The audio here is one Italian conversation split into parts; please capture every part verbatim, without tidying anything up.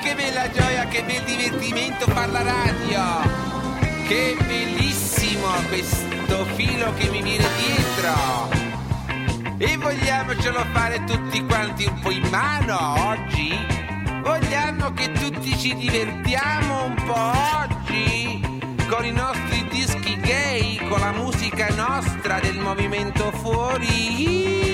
che bella gioia, che bel divertimento far la radio. Che bellissimo questo filo che mi viene dietro. E vogliamocelo fare tutti quanti un po' in mano oggi? Vogliamo che tutti ci divertiamo un po' oggi? Con i nostri dischi gay, con la musica nostra del movimento fuori.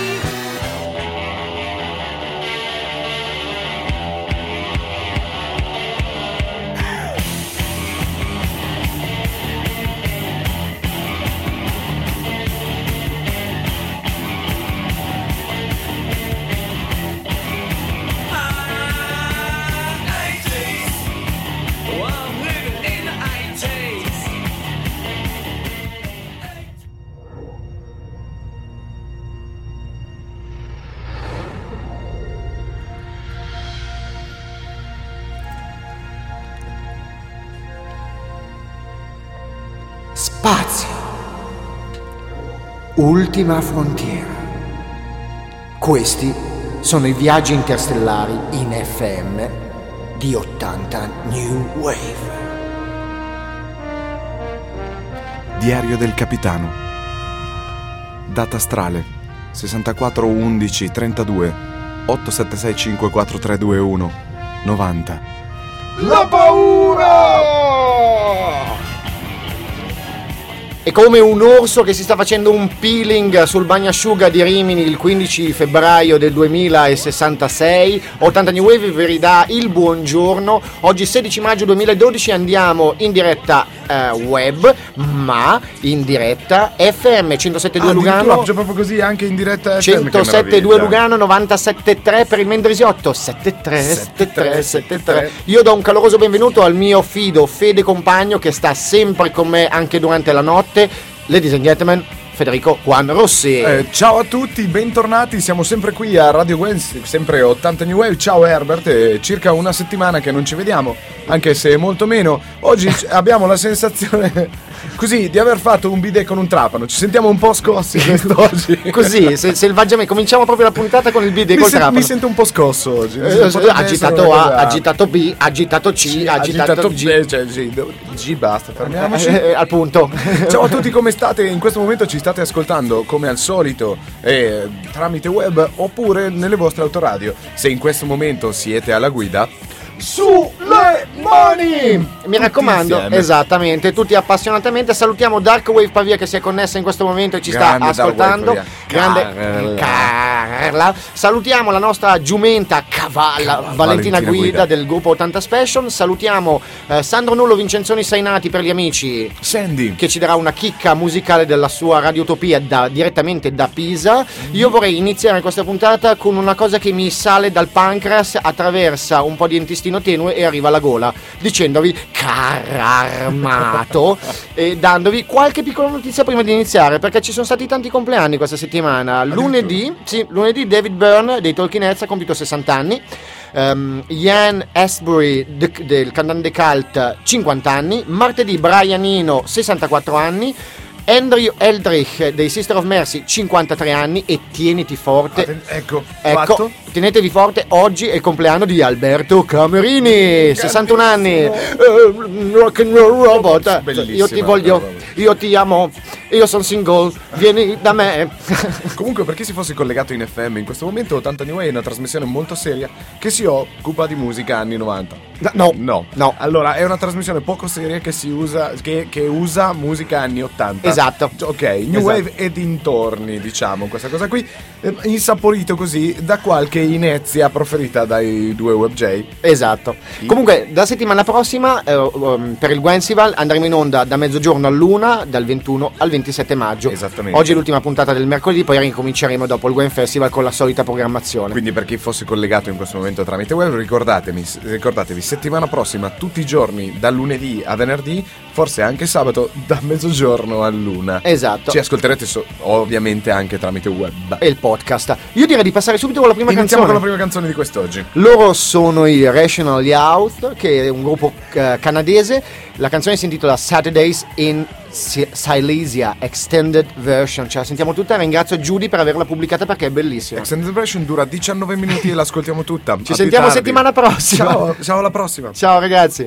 Spazio. Ultima frontiera. Questi sono i viaggi interstellari in F M di ottanta New Wave. Diario del capitano. Data astrale sessantaquattro undici trentadue otto sette sei cinque quattro tre due uno novanta. La paura! È come un orso che si sta facendo un peeling sul bagnasciuga di Rimini il quindici febbraio del duemilasessantasei. ottanta New Wave vi ridà il buongiorno. Oggi sedici maggio duemiladodici andiamo in diretta eh, web, ma in diretta F M centosette virgola due ah, Lugano. C'è proprio così anche in diretta F M. centosette virgola due Lugano, novantasette virgola tre per il Mendrisiotto. settantatré settantatré settantatré. Io do un caloroso benvenuto al mio fido Fede compagno che sta sempre con me anche durante la notte. Ladies and gentlemen, Federico Juan Rossi. Eh, ciao a tutti, bentornati, siamo sempre qui a Radio Gwen, sempre ottanta New Wave. Ciao Herbert, è circa una settimana che non ci vediamo, anche se molto meno. Oggi abbiamo la sensazione così di aver fatto un bidet con un trapano. Ci sentiamo un po' scossi quest'oggi. Così, se, selvaggiamente, cominciamo proprio la puntata con il bidet mi col se, trapano. Mi sento un po' scosso oggi. Eh, agitato A, agitato B, agitato C, sì, agitato, agitato G. G, cioè, G, G basta, fermiamoci. Eh, eh, al punto. Ciao a tutti, come state? In questo momento ci state ascoltando come al solito eh, tramite web oppure nelle vostre autoradio. Se in questo momento siete alla guida, sulle mani! Mi tutti raccomando, insieme. Esattamente, tutti appassionatamente. Salutiamo Dark Wave Pavia che si è connessa in questo momento e ci Grande sta ascoltando. Grande Carla. Carla. Salutiamo la nostra giumenta cavalla Valentina, Valentina Guida, Guida del gruppo ottanta Special. Salutiamo eh, Sandro Nullo Vincenzoni Sainati per gli amici, Sandy, che ci darà una chicca musicale della sua radiotopia da, direttamente da Pisa. Io vorrei iniziare questa puntata con una cosa che mi sale dal pancreas, attraversa un po' di intestino tenue e arriva alla gola, dicendovi cararmato e dandovi qualche piccola notizia prima di iniziare, perché ci sono stati tanti compleanni questa settimana. Lunedì, sì, lunedì David Byrne dei Talking Heads ha compiuto sessanta anni. Um, Ian Astbury de, del cantante cult cinquanta anni. Martedì Brian Eno sessantaquattro anni. Andrew Eldridge dei Sister of Mercy cinquantatré anni. E tieniti forte, Atten- ecco, ecco fatto. Tenetevi forte, oggi è il compleanno di Alberto Camerini, sessantuno anni. uh, Rock and roll robot. Bellissima, io ti voglio, io ti amo, io sono single, vieni da me. Comunque, per chi si fosse collegato in F M, in questo momento ottanta New Wave è una trasmissione molto seria che si occupa di musica anni novanta. No, no, no. Allora, è una trasmissione poco seria che si usa, che, che usa musica anni ottanta. Esatto. Ok, New Esatto. Wave e dintorni, diciamo, questa cosa qui, eh, insaporito così da qualche inezia proferita dai due Web J. Esatto. Comunque, la settimana prossima, eh, um, per il Gwensival, andremo in onda da mezzogiorno all'una, dal ventuno al ventisette maggio. Esattamente. Oggi è l'ultima puntata del mercoledì, poi ricominceremo dopo il Gwen Festival con la solita programmazione. Quindi, per chi fosse collegato in questo momento tramite web, ricordatemi, ricordatevi, settimana prossima, tutti i giorni, dal lunedì a venerdì, forse anche sabato da mezzogiorno all'una. Esatto. Ci ascolterete so- ovviamente anche tramite web. E il podcast. Io direi di passare subito con la prima Iniziamo canzone. con la prima canzone di quest'oggi. Loro sono i Rational Youth, che è un gruppo eh, canadese. La canzone si intitola Saturdays in Si- Silesia Extended Version. Ce la sentiamo tutta. Ringrazio Judy per averla pubblicata perché è bellissima. Extended Version dura diciannove minuti e l'ascoltiamo tutta. Ci sentiamo settimana prossima. Ciao, ciao, alla prossima. Ciao ragazzi.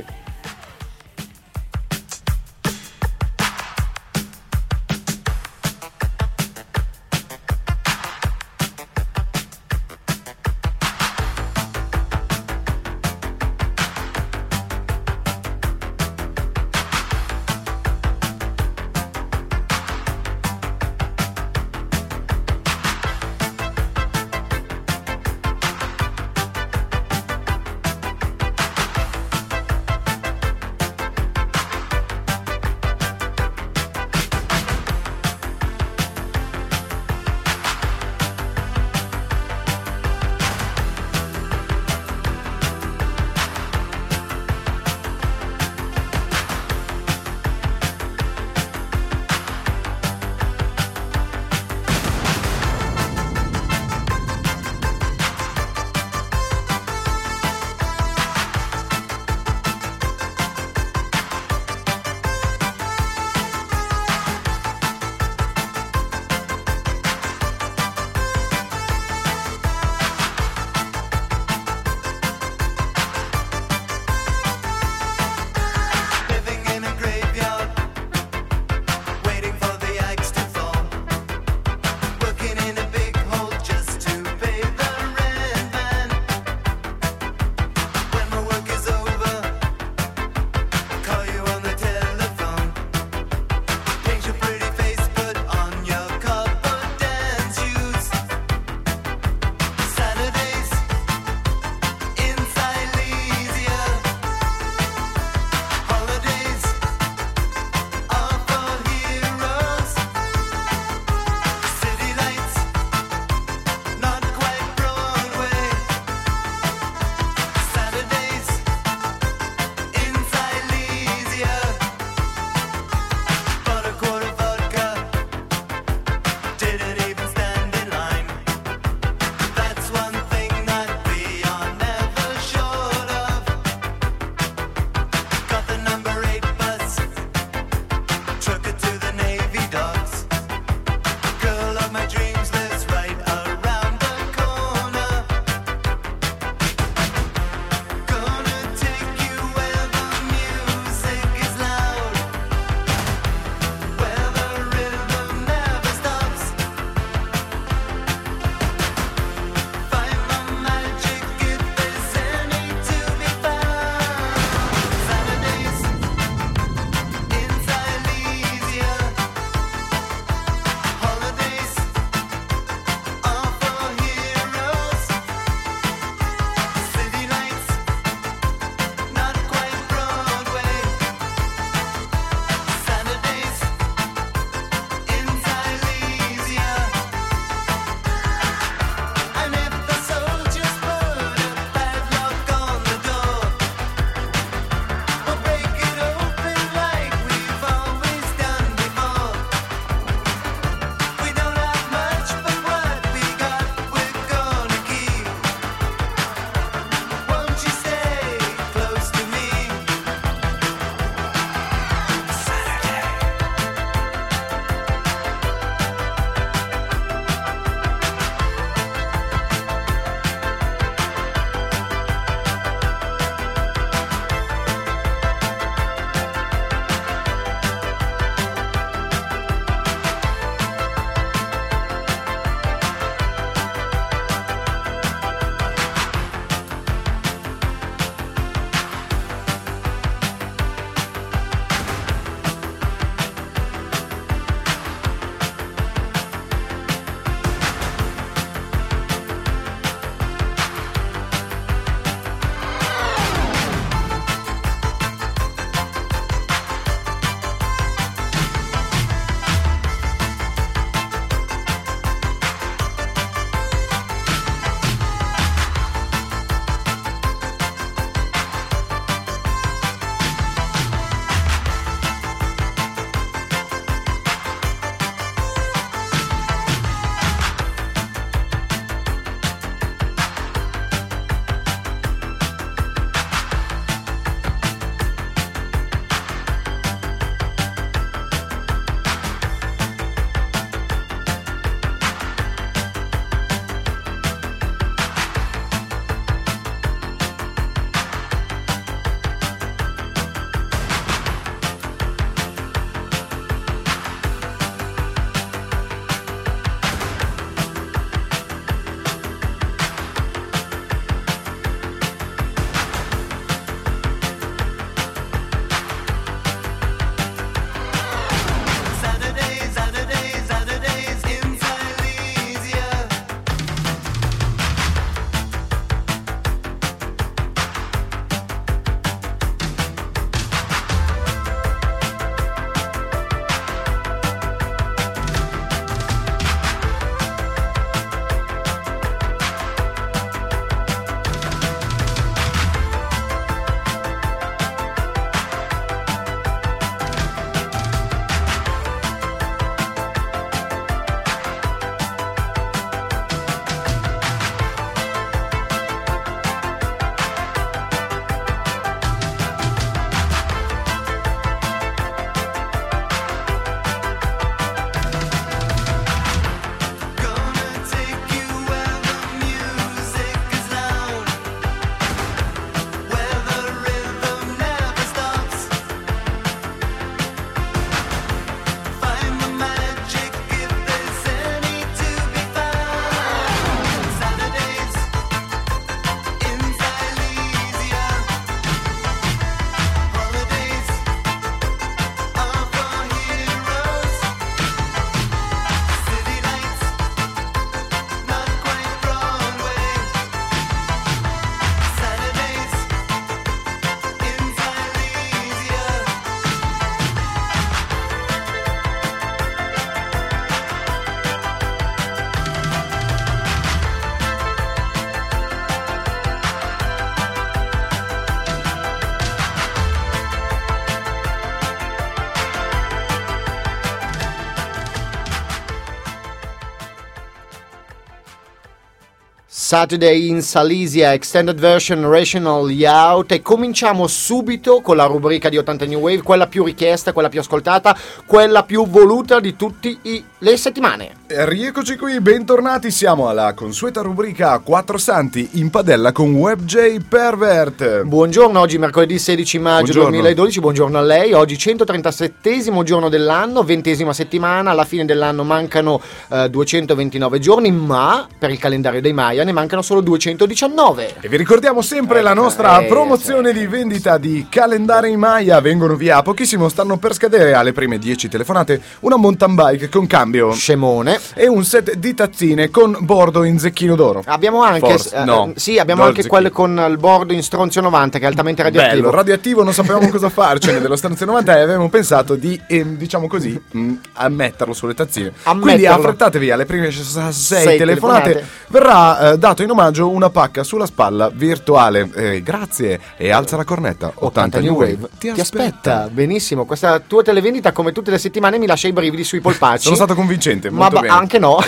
Saturday in Silesia, Extended Version Rational Layout, e cominciamo subito con la rubrica di ottanta New Wave, quella più richiesta, quella più ascoltata, quella più voluta di tutte le settimane. Rieccoci qui, bentornati, siamo alla consueta rubrica Quattro Santi in padella con WebJ Pervert. Buongiorno, oggi mercoledì sedici maggio Buongiorno. duemiladodici, buongiorno a lei. Oggi centotrentasettesimo giorno dell'anno, ventesima settimana, alla fine dell'anno mancano eh, duecentoventinove giorni, ma per il calendario dei Maya ne mancano solo duecentodiciannove. E vi ricordiamo sempre la nostra promozione di vendita di calendari Maya. Vengono via a pochissimo, stanno per scadere alle prime dieci telefonate una mountain bike con cambio Scemone. e un set di tazzine con bordo in zecchino d'oro. Abbiamo anche Forse, eh, no, sì, abbiamo no, anche zecchino. quelle con il bordo in stronzio novanta, che è altamente radioattivo. Bello, radioattivo, non sapevamo cosa farcene dello stronzio novanta e avevamo pensato di, eh, diciamo così, mh, ammetterlo sulle tazzine. Ammetterlo. Quindi affrettatevi, alle prime sei Sei telefonate, telefonate. verrà eh, dato in omaggio una pacca sulla spalla virtuale. Eh, grazie, e alza la cornetta. ottanta New Wave ti, aspetta. Benissimo, questa tua televendita come tutte le settimane mi lascia i brividi sui polpacci. Sono stato convincente, Ma molto ba- bene. anche no.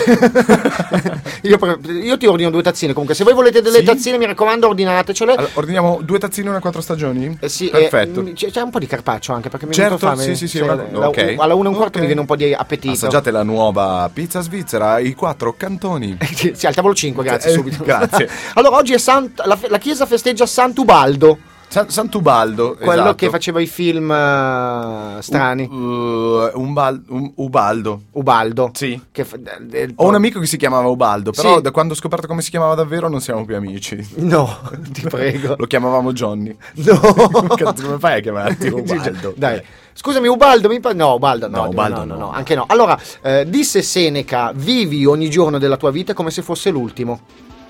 io, pre- io ti ordino due tazzine. Comunque, se voi volete delle Sì? tazzine, mi raccomando, ordinatecele. Allora, ordiniamo due tazzine e una quattro stagioni? Eh sì, Perfetto. eh, c'è, c'è un po' di carpaccio anche perché mi Certo, è venuto fame. sì, sì, sì, Cioè, una- la- ok. alla una e un quarto Ok. mi viene un po' di appetito. Assaggiate la nuova pizza svizzera, i quattro cantoni. Sì, sì, al tavolo cinque, grazie, Eh, subito. grazie. Allora, oggi è Sant- la, la chiesa festeggia Sant'Ubaldo, San- Sant'Ubaldo, quello esatto. che faceva i film eh, strani. Uh, un bal- un- Ubaldo. Ubaldo. Sì. Che fa- del- Ho un amico che si chiamava Ubaldo, però Sì. da quando ho scoperto come si chiamava davvero non siamo più amici. No, ti prego. Lo chiamavamo Johnny. No. Cazzo, come fai a chiamarti Ubaldo? Dai. Scusami, Ubaldo, mi pa- no, Ubaldo, no, No, no, Ubaldo no, no, no. no, anche no. Allora, eh, disse Seneca, vivi ogni giorno della tua vita come se fosse l'ultimo.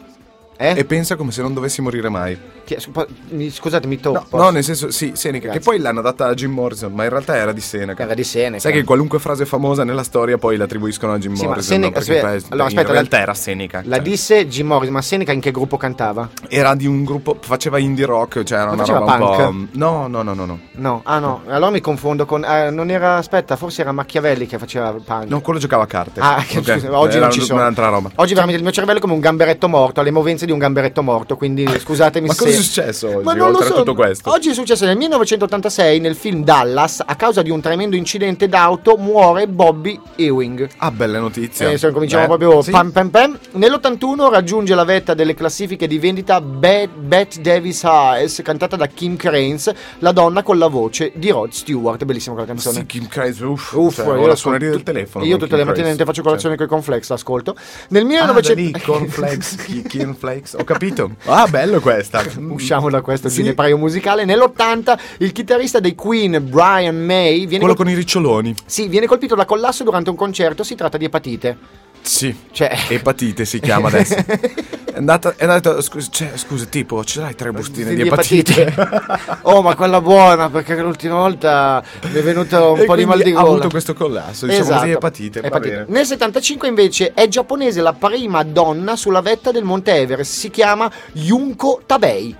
Eh? E pensa come se non dovessi morire mai. Ti- scu- mi- Scusate, mi No, tocco. no, nel senso, sì, Seneca, Grazie. che poi l'hanno data a Jim Morrison, ma in realtà era di Seneca. Era di Seneca. Sai che qualunque frase famosa nella storia poi l'attribuiscono a Jim Sì, ma Morrison, Seneca- no? Perché aspetta, poi allora, in aspetta, realtà la- era Seneca. La cioè. disse Jim Morrison, ma Seneca in che gruppo cantava? Era di un gruppo, faceva indie rock, cioè era Ma una faceva roba punk? un po'... No, no, no, no, no. No, ah no, allora mi confondo con... eh, non era, aspetta, forse era Machiavelli che faceva punk. No, quello giocava a carte. Ah, che- Ok. scusa, oggi Era non ci sono. un'altra roba. Oggi veramente il mio cervello è come un gamberetto morto, ha le movenze di un gamberetto morto, quindi scusatemi Ma se... cosa è successo oggi, Ma non lo oltre a so. tutto questo? Oggi è successo nel millenovecentottantasei, nel film Dallas, a causa di un tremendo incidente d'auto muore Bobby Ewing. Ah, bella notizia. Eh, se cominciamo Beh, proprio sì. pam pam pam. Nell'ottantuno raggiunge la vetta delle classifiche di vendita Bette Bette Davis Eyes, cantata da Kim Cranes, la donna con la voce di Rod Stewart. Bellissima quella canzone. Sì, Kim Cranes, uff, Uff, cioè, io ora la suoneria ascolto- del telefono. Io con tutte Kim le mattine Cranes. mentre faccio colazione con i cornflakes l'ascolto. Nel Cioè. Ah, da millenovecento lì, cornflakes, chi- cornflakes, ho capito. Ah, bello questa. Usciamo da questo Sì. ginepraio musicale. Nell'ottanta il chitarrista dei Queen, Brian May, viene, Quello col- con i riccioloni. sì, viene colpito da collasso durante un concerto. Si tratta di epatite. Sì. Cioè... Epatite si chiama adesso. È andata, è andata scusa, cioè, scusa, tipo, ce l'hai tre bustine di, Di epatite? epatite. Oh, ma quella buona, perché l'ultima volta mi è venuto un E po' di mal di quindi ha gola. avuto questo collasso, diciamo Esatto. così, epatite. va Epatite. bene. Nel settantacinque invece è giapponese la prima donna sulla vetta del Monte Everest. Si chiama Junko Tabei.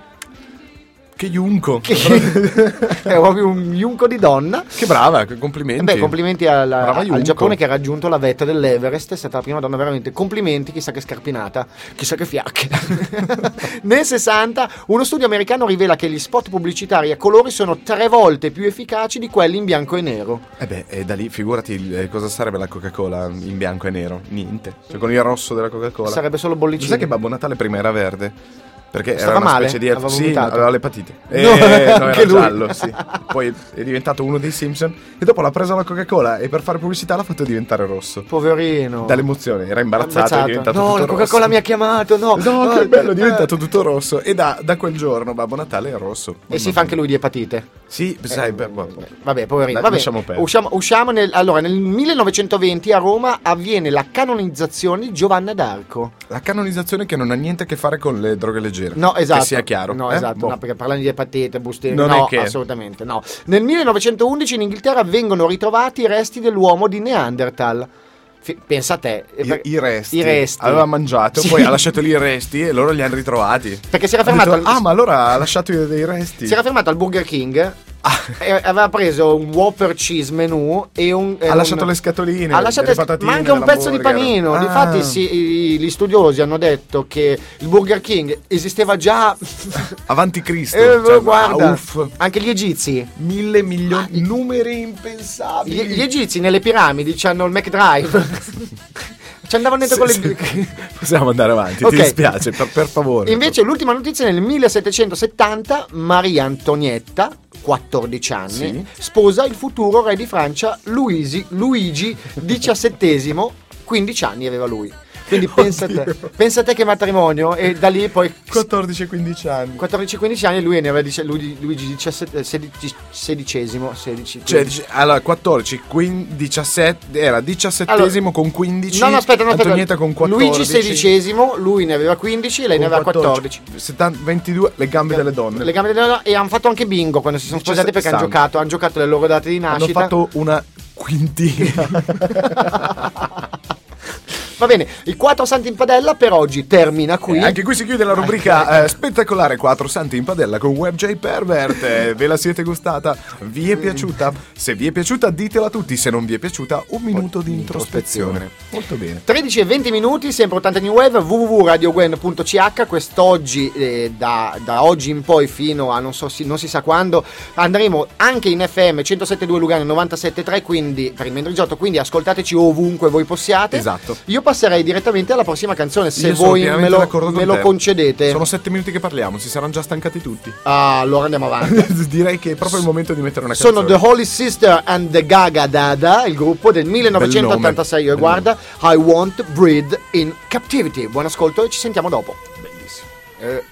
Che yunco. Che è proprio un yunko di donna. Che brava, che complimenti. Beh, complimenti alla- Brava al Yunko. Giappone che ha raggiunto la vetta dell'Everest. È stata la prima donna, veramente. Complimenti, chissà che scarpinata, chissà che fiacche. Nel sessanta uno studio americano rivela che gli spot pubblicitari a colori sono tre volte più efficaci di quelli in bianco e nero. Eh beh, e da lì figurati il- eh, cosa sarebbe la Coca-Cola in bianco e nero. Niente. Cioè con il rosso della Coca-Cola. Sarebbe solo Lo bollicino. sai che Babbo Natale prima era verde? Perché Stava era una male? specie di Aveva sì, vomitato? aveva l'epatite. Eh, No, no, era anche lui. giallo, sì. Poi è diventato uno dei Simpson e dopo l'ha preso la Coca-Cola e per fare pubblicità l'ha fatto diventare rosso. Poverino. Dall'emozione, era imbarazzato, è Ammazzato. diventato No, tutto la Coca-Cola rosso. mi ha chiamato. No, No, no, che bello, è eh. diventato tutto rosso. E da, da quel giorno Babbo Natale è rosso. E si fa anche lui di epatite. Sì, sai, beh, boh. Vabbè, poverino. Dai, Vabbè, lasciamo perdere. usciamo, usciamo nel, allora, nel millenovecentoventi a Roma avviene la canonizzazione di Giovanna d'Arco. La canonizzazione che non ha niente a che fare con le droghe leggere. No, esatto. Che sia chiaro. No, eh? esatto, Boh. no, perché parlando di epatite, bustine, Non no, è che- assolutamente no. Nel millenovecentoundici in Inghilterra vengono ritrovati i resti dell'uomo di Neanderthal. Fi- pensa a te. eh, I, per- i resti. I resti. Aveva mangiato, Sì. poi ha lasciato lì i resti e loro li hanno ritrovati. Perché si era Ha detto, fermato al, ah, ma allora ha lasciato dei resti. si era fermato al Burger King E aveva preso un Whopper cheese menù e un ha un, lasciato le scatoline, ha lasciato delle le- patatine, ma anche un pezzo di dell'hamburger. panino. Ah. Difatti sì, i- gli studiosi hanno detto che il Burger King esisteva già Avanti Cristo. eh, cioè, guarda, ah, uff. anche gli egizi. Mille milioni, Ah, i- numeri Gli, impensabili. gli egizi nelle piramidi c'hanno il McDrive. Ci andavano dentro Sì, con le sì. Possiamo andare avanti, Ok. ti dispiace, per, per favore. Invece l'ultima notizia nel millesettecentosettanta Maria Antonietta, quattordici anni, Sì. sposa il futuro re di Francia Luigi, Luigi diciassettesimo, quindici anni aveva lui. Quindi pensa a te, pensa a te che matrimonio, e da lì poi quattordici quindici anni. quattordici quindici anni lui ne aveva dice- lui- Luigi diciassette, sedici, sedicesimo, sedici. Cioè, dice- allora, quattordici, quindici, diciassette, era diciassettesimo con quindici. No, no, aspetta, no, aspetta. Antonietta con quattordici. Luigi sedicesimo, lui ne aveva quindici e lei ne con aveva quattordici. settanta, ventidue, le gambe delle donne. Le gambe delle donne, e hanno fatto anche bingo quando si sono sposati, perché hanno santi. giocato, hanno giocato le loro date di Hanno nascita. fatto una quintina. Va bene, i quattro santi in padella per oggi termina qui. E anche qui si chiude la rubrica eh, spettacolare quattro santi in padella con WebJ Pervert. Eh, ve la siete gustata? Vi è piaciuta? Se vi è piaciuta ditelo a tutti, se non vi è piaciuta un minuto di introspezione. Molto bene. tredici e venti minuti, sempre ottanta New Wave, w w w punto radio gwen punto c h. Quest'oggi, eh, da, da oggi in poi fino a non so si, non si sa quando, andremo anche in F M centosette virgola due Lugano, novantasette virgola tre, quindi per il Mendrigiotto, quindi ascoltateci ovunque voi possiate. Esatto. Io passerei direttamente alla prossima canzone, se Io sono voi me pienamente lo, d'accordo con me lo te. concedete. Sono sette minuti che parliamo, si saranno già stancati tutti. Ah, allora andiamo avanti. Direi che è proprio il momento di mettere una canzone. Sono The Holy Sister and the Gaga Dada, il gruppo del millenovecentottantasei. E guarda, I Won't Breed in Captivity. Buon ascolto e ci sentiamo dopo. Bellissimo. Eh.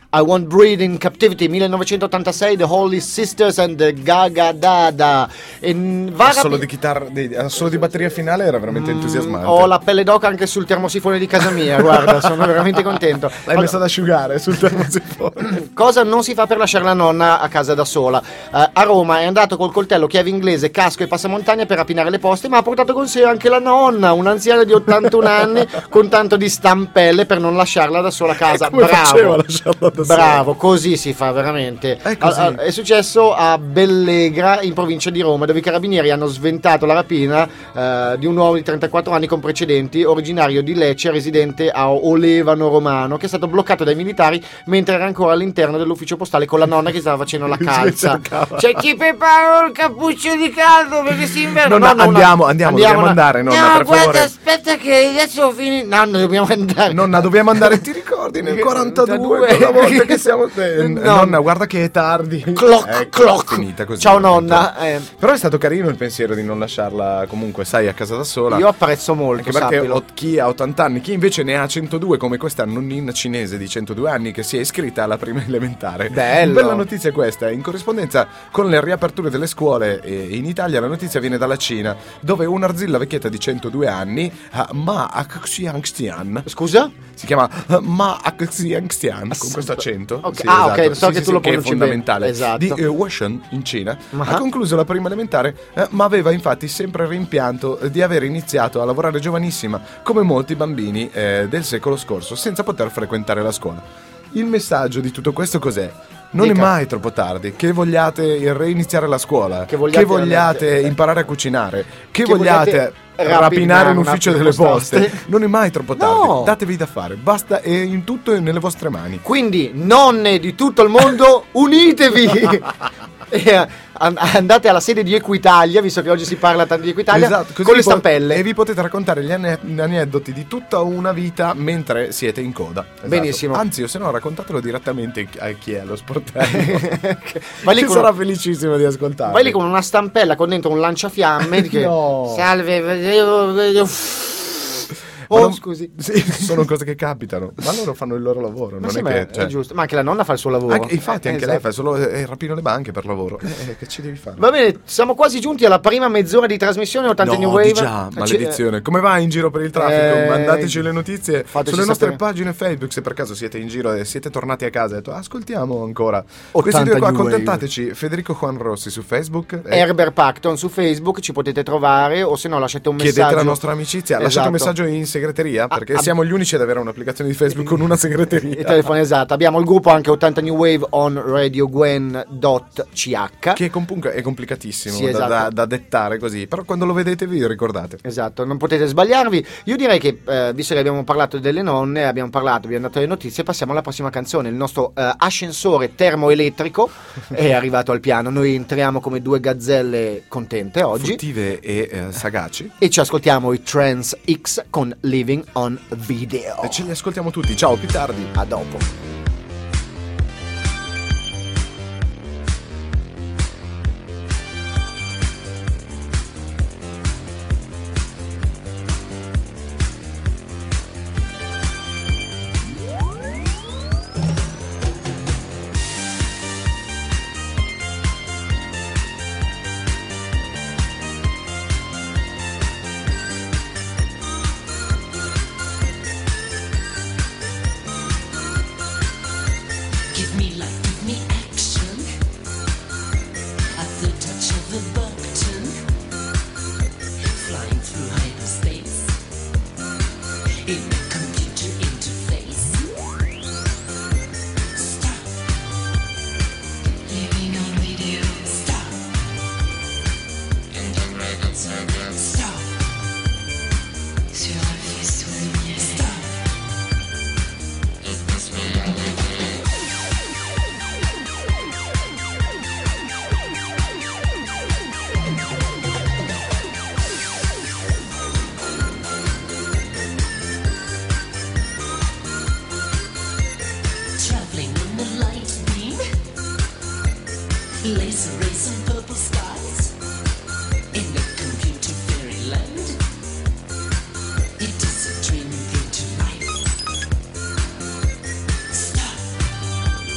I Won't Breathe in Captivity, millenovecentottantasei, The Holy Sisters and the Gaga Dada. E va Solo rapi- di chitarra, di, solo di batteria finale era veramente entusiasmante. Ho la pelle d'oca anche sul termosifone di casa mia, guarda, sono veramente contento. L'hai messa ad asciugare sul termosifone. Cosa non si fa per lasciare la nonna a casa da sola? Eh, a Roma è andato col coltello, chiave inglese, casco e passamontagna per rapinare le poste, ma ha portato con sé anche la nonna, un'anziana di ottantuno anni con tanto di stampelle per non lasciarla da sola a casa. Come faceva Bravo, a lasciarla da sola? bravo, così si fa veramente. È così. A- a- è successo a Bellegra, in provincia di Roma, dove i carabinieri hanno sventato la rapina eh, di un uomo di trentaquattro anni con precedenti, originario di Lecce, residente a Olevano Romano, che è stato bloccato dai militari mentre era ancora all'interno dell'ufficio postale con la nonna che stava facendo la calza. Cioè, ti preparo il cappuccio di caldo perché si inverno. Nonna, No, no, no. andiamo, andiamo, dobbiamo andare, nonna, no, per guarda, favore. aspetta che adesso ho finito. No, no, dobbiamo andare. Nonna, dobbiamo andare, ti ricordi nel quarantadue, quella volta che siamo... Eh, No. Nonna, guarda che è tardi. Clock, Ecco, clock. è finita così. Ciao nonna. Eh, Però è stato carino il pensiero di non lasciarla comunque, sai, a casa da sola. io apprezzo molto, Anche perché sappilo. ho- chi ha ottanta anni, chi invece ne ha centodue, come questa nonnina cinese di centodue anni che si è iscritta alla prima elementare. Bello. Bella notizia questa, in corrispondenza con le riaperture delle scuole eh, in Italia. La notizia viene dalla Cina, dove un'arzilla vecchietta di centodue anni, uh, Ma Axiangxian, Scusa? si chiama uh, Ma Axiangxian, con questo accento. Ok. Sì, Ah, esatto. ok, so Sì, che sì, tu sì, lo che è pronunci fondamentale. bene. Esatto. Di uh, Wushan, in Cina, Ma- ha concluso la prima elementare, eh, ma aveva infatti sempre il rimpianto di aver iniziato a lavorare giovanissima, come molti bambini eh, del secolo scorso, senza poter frequentare la scuola. Il messaggio di tutto questo cos'è? Non Dica. è mai troppo tardi. Che vogliate reiniziare la scuola, Che vogliate vogliate veramente- imparare a cucinare, che, Che vogliate, vogliate rapinare rapinare un un ufficio attimo delle poste. poste, non è mai troppo tardi. No. Datevi da fare, basta, è in tutto è nelle vostre mani. Quindi, nonne di tutto il mondo, unitevi! E, eh, an- andate alla sede di Equitalia, visto che oggi si parla tanto di Equitalia, Esatto, così con le vi po- stampelle. E vi potete raccontare gli ane- gli aneddoti di tutta una vita mentre siete in coda. Esatto. Benissimo. Anzi, o se no, raccontatelo direttamente a chi è lo sportello. Vai lì che con- sarà felicissimo di ascoltare. Vai lì con una stampella con dentro un lanciafiamme che No. salve vedevo- vedevo- Ma oh non- scusi. Sì, sono cose che capitano, ma loro fanno il loro lavoro. Ma non sì, è ma che, è, cioè, è giusto, ma anche la nonna fa il suo lavoro. anche- infatti, Eh, anche esatto. lei fa solo eh, rapino le banche per lavoro. Eh, che ci devi fare? Va bene, siamo quasi giunti alla prima mezz'ora di trasmissione ottanta No, New Wave. di già, Ci- maledizione. Come va in giro per il traffico? Eh, Mandateci le notizie fateci sulle nostre sapere. pagine Facebook. Se per caso siete in giro e siete tornati a casa e detto ascoltiamo ancora ottanta questi due qua, New Wave. contattateci. Federico Juan Rossi su Facebook. e Herbert Pacton su Facebook, ci potete trovare, o se no lasciate un messaggio. Chiedete la nostra amicizia. Lasciate un Esatto. messaggio in segreteria, perché ah, siamo gli unici ad avere un'applicazione di Facebook con una Il segreteria. telefono esatto. Abbiamo il gruppo anche ottanta New Wave on radio gwen punto c h. Che è, comunque è complicatissimo Sì, da, esatto. da- da dettare così. Però quando lo vedete vi ricordate. Esatto, non potete sbagliarvi. Io direi che, eh, visto che abbiamo parlato delle nonne, abbiamo parlato, abbiamo dato le notizie, passiamo alla prossima canzone. Il nostro eh, ascensore termoelettrico è arrivato al piano. Noi entriamo come due gazzelle contente oggi. Furtive e eh, sagaci. E ci ascoltiamo i Trans X con Living on Video. E ce li ascoltiamo tutti. Ciao, più tardi. A dopo. Give me life, give me action. At the touch of a button, flying through hyperspace in a computer interface. Stop. Living on video. Stop. Stop. Sur un faisceau de lumière. Stop. Traveling in the light beam, laser rays and purple skies, in a computer fairyland. It is a dream brought to life. Stop.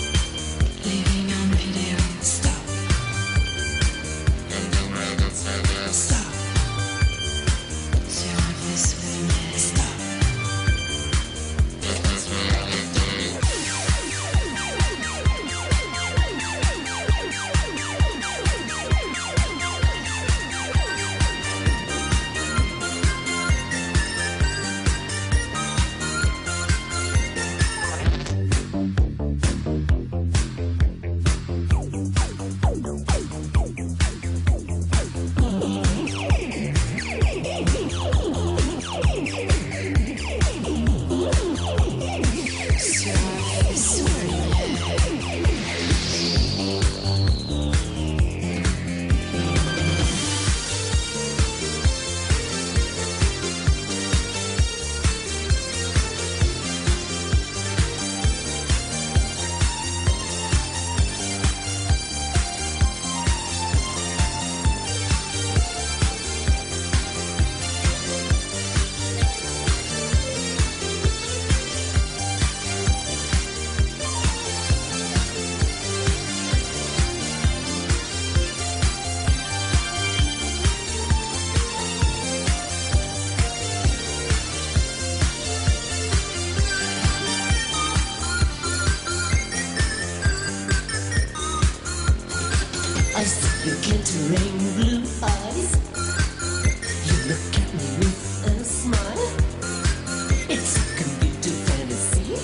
I see your glittering blue eyes. You look at me with a smile. It's a computer fantasy.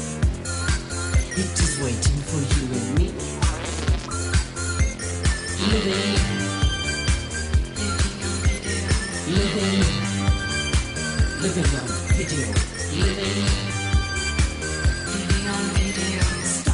It is waiting for you and me. Living, living, living on video. Living, living on video. Stop.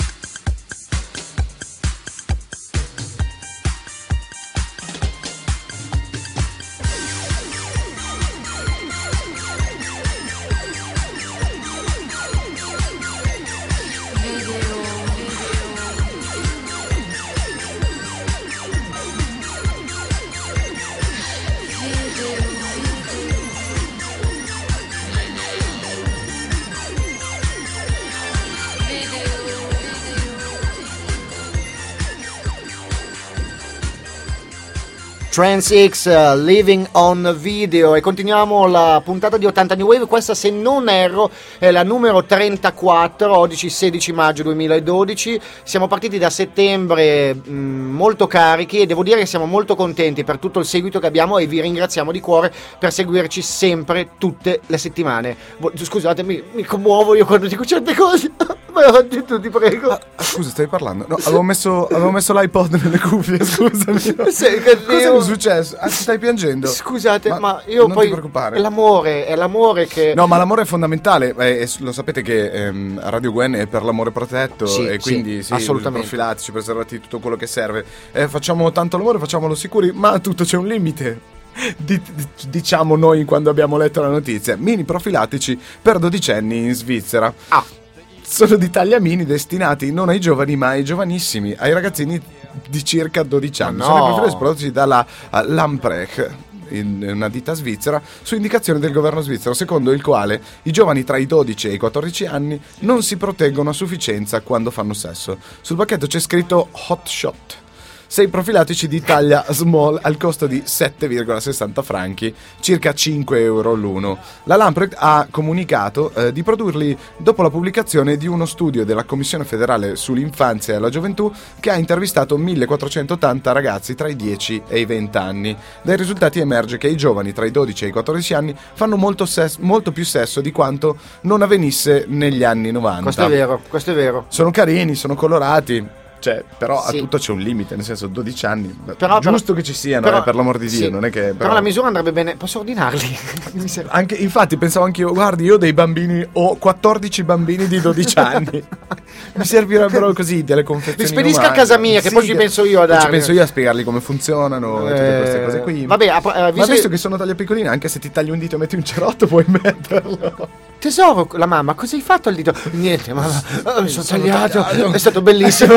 Trance X, uh, Living on Video, e continuiamo la puntata di ottanta New Wave. Questa, se non erro, è la numero trentaquattro. Oggi sedici maggio duemiladodici. Siamo partiti da settembre mh, molto carichi, e devo dire che siamo molto contenti per tutto il seguito che abbiamo, e vi ringraziamo di cuore per seguirci sempre tutte le settimane. Scusate, mi, mi commuovo io quando dico certe cose. Vai avanti tu, ti prego. Ah, scusa, stai parlando? No, avevo messo, avevo messo l'iPod nelle cuffie, scusami. Sei Cosa è successo? Ah, ti stai piangendo? Scusate, ma, ma io non poi ti preoccupare. È l'amore, è l'amore che... No, ma l'amore è fondamentale. Eh, lo sapete che ehm, Radio Gwen è per l'amore protetto, sì, e quindi sì, sì, assolutamente. profilattici, preservativi, tutto quello che serve. Eh, facciamo tanto l'amore, facciamolo sicuri, ma a tutto c'è un limite. Di, diciamo noi quando abbiamo letto la notizia. Mini profilattici per dodicenni in Svizzera. Ah. Sono di taglia mini, destinati non ai giovani ma ai giovanissimi, ai ragazzini di circa dodici anni. No. Sono i profilassi prodotti dalla uh, Lamprecht, in una ditta svizzera, su indicazione del governo svizzero, secondo il quale i giovani tra i dodici e i quattordici anni non si proteggono a sufficienza quando fanno sesso. Sul pacchetto c'è scritto Hot Shot. sei profilattici di taglia small al costo di sette virgola sessanta franchi, circa cinque euro l'uno. La Lamprecht ha comunicato eh, di produrli dopo la pubblicazione di uno studio della Commissione federale sull'infanzia e la gioventù, che ha intervistato millequattrocentottanta ragazzi tra i dieci e i venti anni. Dai risultati emerge che i giovani tra i dodici e i quattordici anni fanno molto, ses- molto più sesso di quanto non avvenisse negli anni novanta. Questo è vero, questo è vero. Sono carini, sono colorati. Cioè, però Sì. a tutto c'è un limite, nel senso dodici anni, Però- giusto però- che ci siano, però- eh, per l'amor di Dio, sì. non è che... Però, Però la misura andrebbe bene. Posso ordinarli? Mi sembra- anche, infatti pensavo anche io, guardi, io ho dei bambini, ho quattordici bambini di dodici anni, mi servirebbero così delle confezioni. Li spedisca umane. a casa mia, che poi ci penso io a poi ci darli. penso io a spiegargli come funzionano e tutte queste cose qui. Eh, vabbè, a- eh, Ma visto visto che- che sono taglie piccoline, anche se ti tagli un dito e metti un cerotto puoi metterlo. Tesoro, la mamma, cosa hai fatto al dito? Niente, mamma, oh, mi sono sono tagliato. tagliato. È stato bellissimo.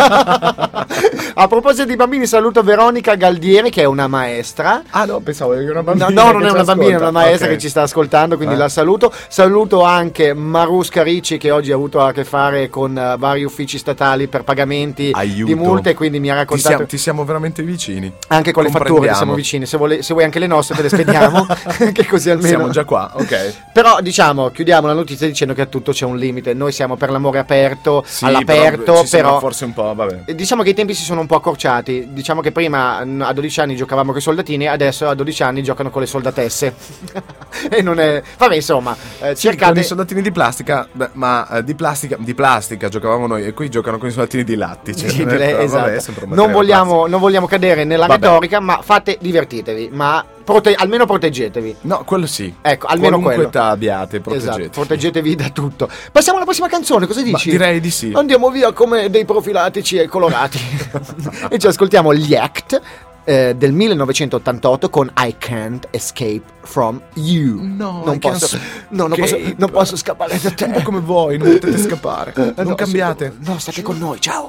A proposito di bambini, saluto Veronica Galdieri, che è una maestra. Ah no, pensavo che era una No, bambina. no, non che è ci una bambina, è una ascolta. maestra Ok. che ci sta ascoltando, quindi Eh. la saluto. Saluto anche Marusca Ricci, che oggi ha avuto a che fare con uh, vari uffici statali per pagamenti Aiuto. di multe, quindi mi ha Ti raccontato siamo, ti siamo veramente vicini. anche con le fatture, che Comprendiamo. siamo vicini. Se, vuole- se vuoi anche le nostre te le spediamo, che così almeno. Siamo già qua, ok. Però diciamo, chiudiamo la notizia dicendo che a tutto c'è un limite. Noi siamo per l'amore aperto, Sì, all'aperto, però, ci sembra però forse un po', vabbè. diciamo che i tempi si sono un po' accorciati. Diciamo che prima n- a dodici anni giocavamo con i soldatini, adesso a dodici anni giocano con le soldatesse. E non è... Vabbè, insomma, eh, Sì, con cercate... i soldatini di plastica, beh, ma eh, di plastica, di plastica giocavamo noi, e qui giocano con i soldatini di lattice. Sì, Però, esatto. vabbè, è sempre un non, materiale vogliamo, non vogliamo cadere nella Vabbè. retorica, ma fate, divertitevi, ma prote- almeno proteggetevi. plastico. No, quello sì. Ecco, almeno Qualunque quello. età abbiate, proteggetevi. Esatto, proteggetevi da tutto. Passiamo alla prossima canzone, cosa Ma dici? direi di sì. Andiamo via come dei profilatici e colorati. E ci ascoltiamo gli Act eh, del millenovecentottantotto con I Can't Escape From You. No, non I posso, can't no, non posso, escape. non posso scappare da te. Un po' come voi, non potete scappare. Eh, Non no, cambiate. sì, no, state con noi, ciao.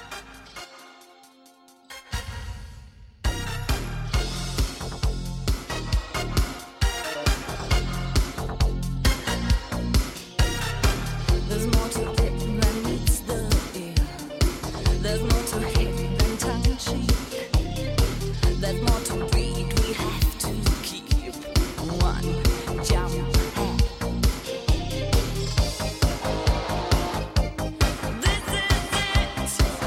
There's more to it than meets the ear. There's more to hit than tongue cheek. There's more to read. We have to keep one jump ahead. This is it.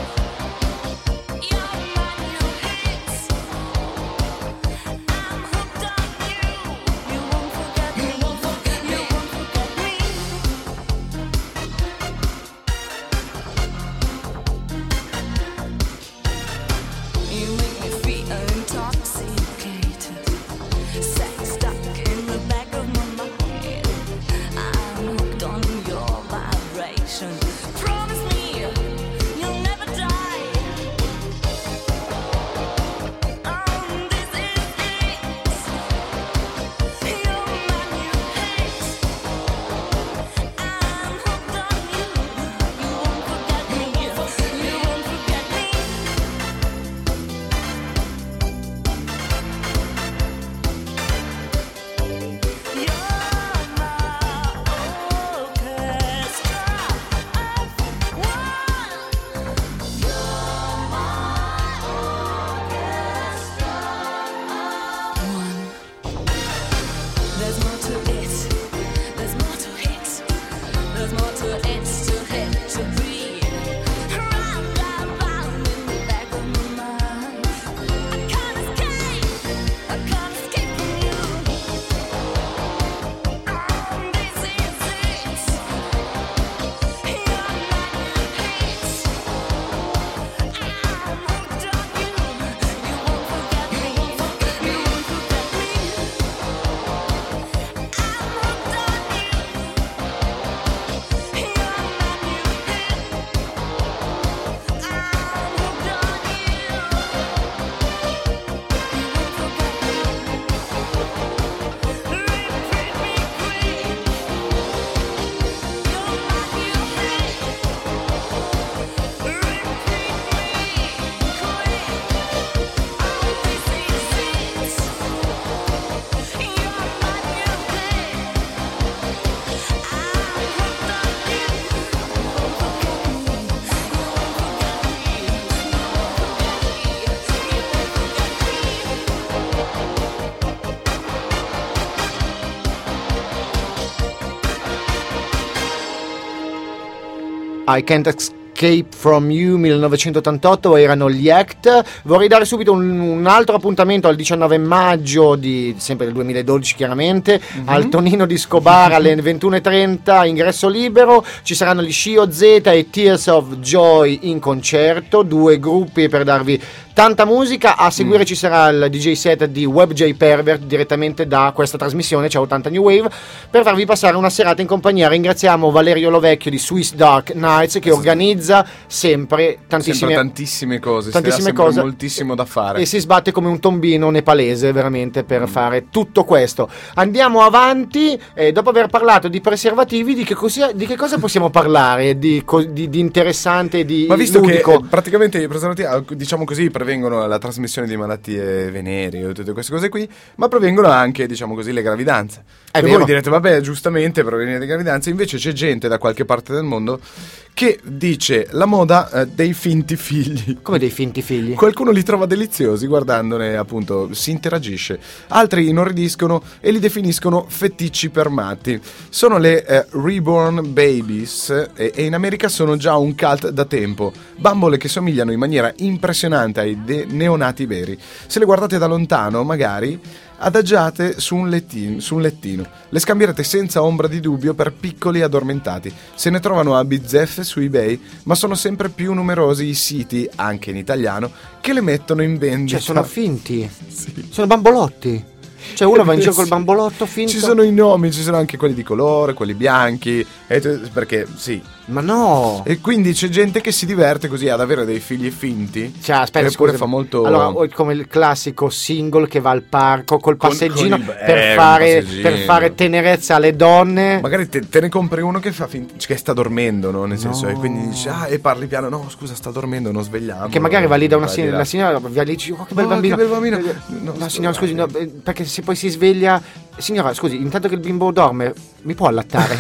I Can't Escape From You millenovecentottantotto erano gli Act. Vorrei dare subito un, un altro appuntamento al diciannove maggio di sempre del duemiladodici, chiaramente, mm-hmm. al Tonino di Scobar alle ventuno e trenta, ingresso libero. Ci saranno gli Scio Z e Tears of Joy in concerto, due gruppi per darvi tanta musica. A seguire mm. ci sarà il D J set di Web J Pervert direttamente da questa trasmissione, cioè ottanta New Wave, per farvi passare una serata in compagnia. Ringraziamo Valerio Lovecchio di Swiss Dark Nights che esatto. organizza sempre tantissime, sempre tantissime cose, tantissime sempre cose, moltissimo da fare, e si sbatte come un tombino nepalese veramente per mm. fare tutto questo. Andiamo avanti, eh, dopo aver parlato di preservativi, di che, cosa, di che cosa possiamo parlare di, di, di interessante, di ma visto ludico? Che eh, praticamente i preservativi, diciamo così, prevengono la trasmissione di malattie veneree e tutte queste cose qui, ma prevengono anche, diciamo così, le gravidanze. È e vero. voi direte, vabbè, giustamente prevenire le gravidanze. Invece c'è gente da qualche parte del mondo che dice la moda eh, dei finti figli. Come dei finti figli? Qualcuno li trova deliziosi guardandone, appunto, si interagisce. Altri inorridiscono e li definiscono feticci per matti. Sono le eh, reborn babies e, e in America sono già un cult da tempo. Bambole che somigliano in maniera impressionante ai de- neonati veri. Se le guardate da lontano, magari adagiate su un, lettino, su un lettino. Le scambierete senza ombra di dubbio per piccoli addormentati. Se ne trovano a bizzeffe su eBay, ma sono sempre più numerosi i siti, anche in italiano, che le mettono in vendita. Cioè sono finti? Sì. Sono bambolotti? Cioè uno va in giro col bambolotto finto? Ci sono i nomi, ci sono anche quelli di colore, quelli bianchi, e t- perché sì. Ma no! E quindi c'è gente che si diverte così ad avere dei figli finti. Cioè, aspetta, eppure scusa, fa molto. Allora, o come il classico single che va al parco col Con- passeggino con il- per, eh, fare, un passeggino. per fare tenerezza alle donne. Magari te, te ne compri uno che fa finta che sta dormendo, no? Nel senso, No. e quindi dici, ah, e parli piano, no, scusa, sta dormendo, non svegliamo. Che magari va lì da una Vai signora, là. la signora va lì e dice, oh che bel Oh, bambino. che bel bambino. Eh, No, No, sto- signora, scusi, no, eh, perché se poi si sveglia, signora, scusi, intanto che il bimbo dorme, mi può allattare?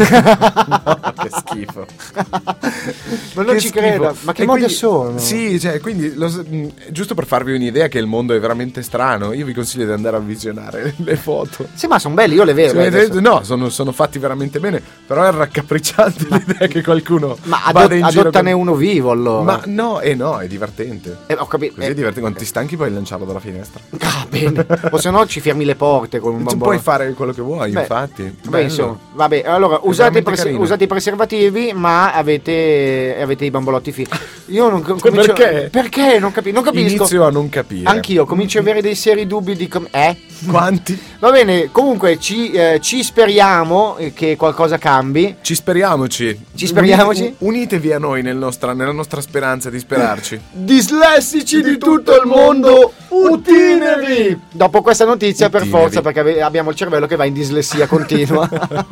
No, che schifo. Ma non Che ci schifo. credo, ma che E mode quindi- sono? Sì, cioè, quindi lo s- mh, giusto per farvi un'idea che il mondo è veramente strano, io vi consiglio di andare a visionare le foto. Sì, ma sono belli, io le vedo. Cioè, adesso. no, sono, sono fatti veramente bene, però è raccapricciante l'idea che qualcuno Ma vada adot- in giro adottane con- uno vivo allora. Ma no, e no, è divertente. Eh, ho capito. Così eh, è divertente, quando ti stanchi puoi lanciarlo dalla finestra. Ah, bene. O se no ci fermi le porte con un Tu bambino. puoi fare quello che vuoi, Beh, infatti. Beh, Bello. insomma, vabbè, allora usate, i veramente prese- carino. usate i preservativi, ma avete, avete i bambolotti fi. Io non Cioè, comincio, perché? Perché? Non, capi- non capisco. Inizio a non capire. Anch'io comincio ad avere dei seri dubbi di com- eh? Quanti? Va bene, comunque ci, eh, ci speriamo eh, che qualcosa cambi. Ci speriamoci. Ci speriamoci? Uni- unitevi a noi nel nostra- nella nostra speranza di sperarci. Dislessici di tutto il mondo, utinevi! Dopo questa notizia, per Utinevi. forza, perché ave- abbiamo il cervello che va in dislessia continua.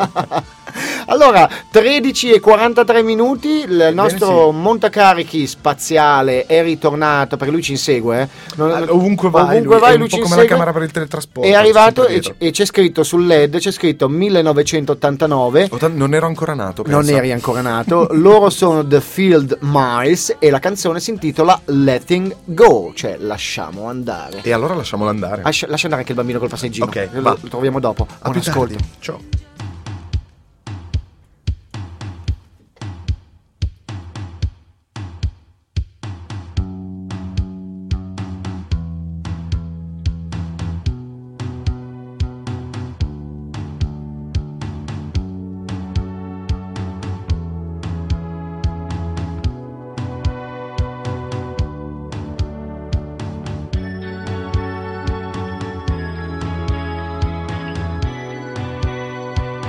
Allora, tredici e quarantatré minuti, il nostro sì. montacarichi spaziale è ritornato, perché lui ci insegue. Eh? Non- Ah, ovunque vai, ovunque lui, vai, è lui un po' ci come insegue. la camera per il teletrasporto. È arrivato sempre e, dietro. e c'è scritto sul L E D, c'è scritto millenovecentottantanove. Otta- Non ero ancora nato, Non pensa. eri ancora nato. Loro sono The Field Miles e la canzone si intitola Letting Go, cioè lasciamo andare. E allora lasciamolo andare. Lascia, lascia andare anche il bambino col passeggino. Ok, lo, va. lo troviamo dopo. A Buon più ascolto. tardi. Ciao. Letting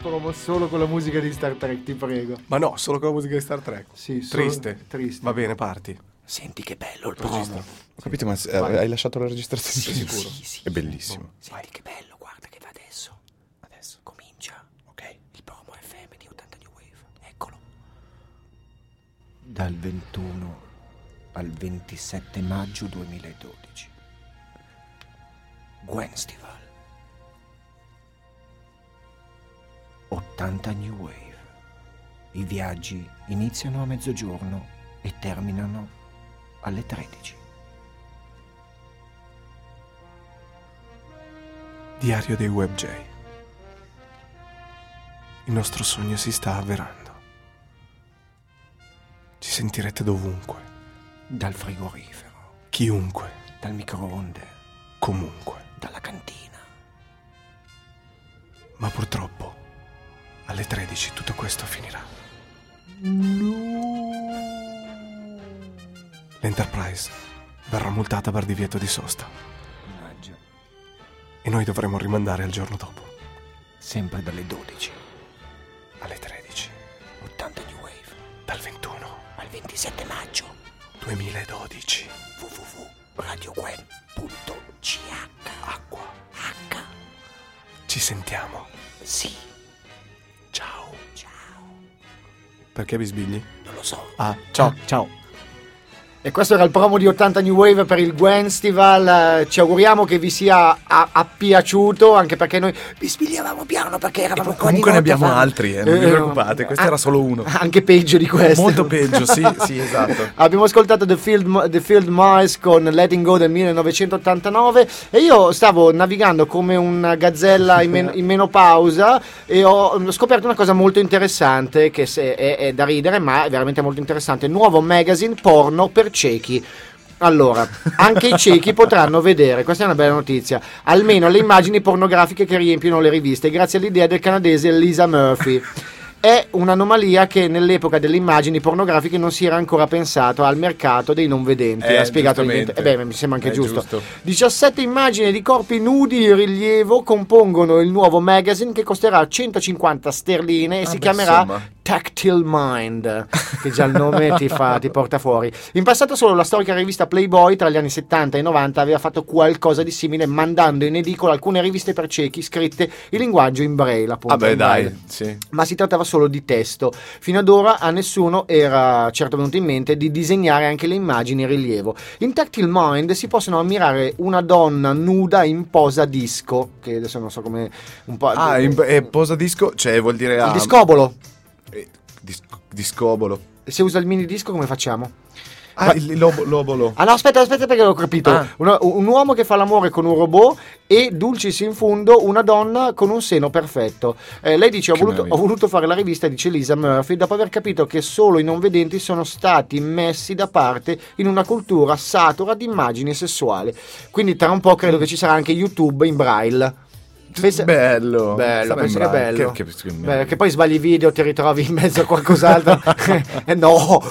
promo solo con la musica di Star Trek, ti prego. Ma no, solo con la musica di Star Trek. Sì, solo- Triste. triste. Va bene, parti. Senti che bello il Registra. promo. Ho capito, ma eh, hai lasciato la registrazione? Sì, sicuro? sì, sì. È bellissimo. Senti che bello, guarda che va adesso. Adesso comincia. Ok. Il promo F M di ottanta New Wave. Eccolo. Dal ventuno al ventisette maggio duemiladodici. Gwenstival. ottanta New Wave. I viaggi iniziano a mezzogiorno e terminano alle tredici. Diario dei Web J. Il nostro sogno si sta avverando. Ci sentirete dovunque, Dal frigorifero, chiunque, dal microonde, comunque. dalla cantina. Ma purtroppo alle tredici tutto questo finirà. L'Enterprise verrà multata per divieto di sosta Mannaggia. e noi dovremo rimandare al giorno dopo, Sempre dalle dodici. alle tredici, ottanta New Wave. dal ventuno Al ventisette maggio. duemiladodici. w w w punto radio gwen punto c h. Acqua. H. Ci sentiamo. Sì. Ciao. Ciao. Perché bisbigli? Non lo so. Ah, ciao. Ciao. E questo era il promo di ottanta New Wave per il Gwenstival. Eh, Ci auguriamo che vi sia a- appiaciuto, anche perché noi Vi spigliavamo piano perché eravamo qua di Comunque ne notte a abbiamo fare- altri, eh, non vi Eh, preoccupate, questo ah, era solo uno. anche peggio di questo. Molto peggio, sì, sì, esatto. Abbiamo ascoltato The Field, The Field Mice con Letting Go del millenovecentottantanove e io stavo navigando come una gazzella in, men- in menopausa e ho scoperto una cosa molto interessante che se- è, è da ridere, ma è veramente molto interessante. Nuovo magazine porno per ciechi. Allora, anche i ciechi potranno vedere, questa è una bella notizia, almeno le immagini pornografiche che riempiono le riviste, grazie all'idea del canadese Lisa Murphy. È un'anomalia che nell'epoca delle immagini pornografiche non si era ancora pensato al mercato dei non vedenti. Eh, ha spiegato giustamente. eh beh, mi sembra anche È giusto. giusto. diciassette immagini di corpi nudi in rilievo compongono il nuovo magazine che costerà centocinquanta sterline e Ah, si beh, chiamerà insomma. Tactile Mind, che già il nome ti, fa, ti porta fuori. In passato solo la storica rivista Playboy tra gli anni settanta e novanta aveva fatto qualcosa di simile, mandando in edicola alcune riviste per ciechi scritte in linguaggio in braille, appunto. Vabbè, in braille. dai, sì. Ma si trattava solo di testo. Fino ad ora a nessuno era certo venuto in mente di disegnare anche le immagini in rilievo. In Tactile Mind si possono ammirare una donna nuda in posa disco, che adesso non so come un po'... Ah, in, e posa disco, cioè vuol dire... il ah, discobolo. eh, dis- discobolo. Se usa il mini disco come facciamo? Ah, il lobo, lobolo. Ah no, aspetta, aspetta perché l'ho capito. Ah. Un, un uomo che fa l'amore con un robot e, dulcis in fundo, una donna con un seno perfetto. Eh, lei dice, ho Che voluto, meraviglia. ho voluto fare la rivista, dice Lisa Murphy, dopo aver capito che solo i non vedenti sono stati messi da parte in una cultura satura di immagini sessuali. Quindi tra un po' credo che ci sarà anche YouTube in braille. Pensa- Bello. Bello, Sarà penso in che è braille. bello. Che- che- che Beh, meraviglia. che poi sbagli i video, ti ritrovi in mezzo a qualcos'altro. Eh, no,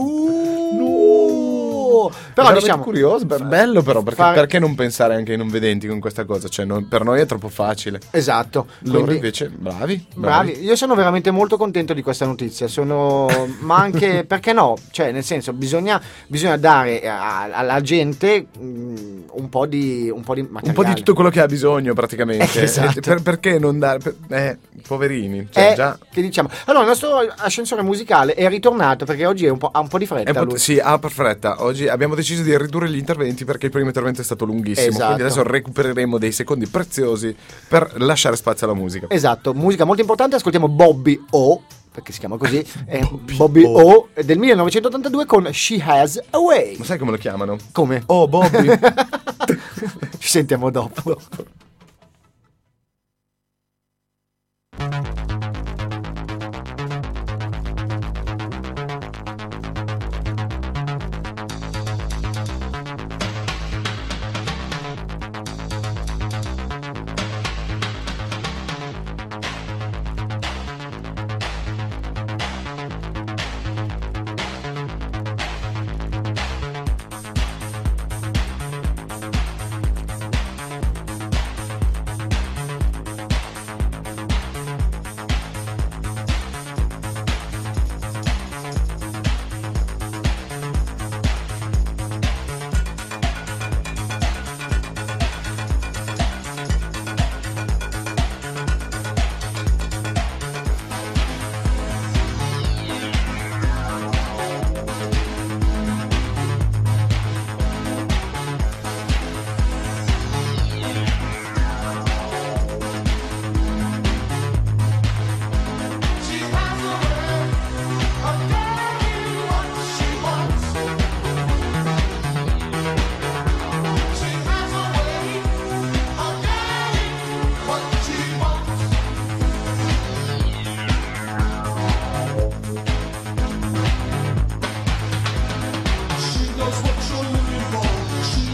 no. Però Veramente diciamo curioso, be- bello però, perché, fare- perché non pensare anche ai non vedenti con questa cosa? Cioè, non- per noi è troppo facile. Esatto. Loro Quindi- invece, bravi. Bravi, io sono veramente molto contento di questa notizia, sono, ma anche perché no, cioè nel senso bisogna, bisogna dare a- alla gente mh, un po' di un po' di materiale. Un po' di tutto quello che ha bisogno praticamente. Esatto. Eh, per- perché non dare... per- eh, poverini. Cioè, Eh, già... che diciamo. Allora, il nostro ascensore musicale è ritornato perché oggi è un po', ha un po' di È fretta. un po'- lui. sì, ah, per fretta. Oggi abbiamo deciso di ridurre gli interventi perché il primo intervento è stato lunghissimo. Esatto. Quindi adesso recupereremo dei secondi preziosi per lasciare spazio alla musica. Esatto, musica molto importante. Ascoltiamo Bobby O, perché si chiama così, è Bobby Bobby O. O del millenovecentottantadue con She Has a Way. Ma sai come lo chiamano? Come? Oh, Bobby. Ci sentiamo dopo.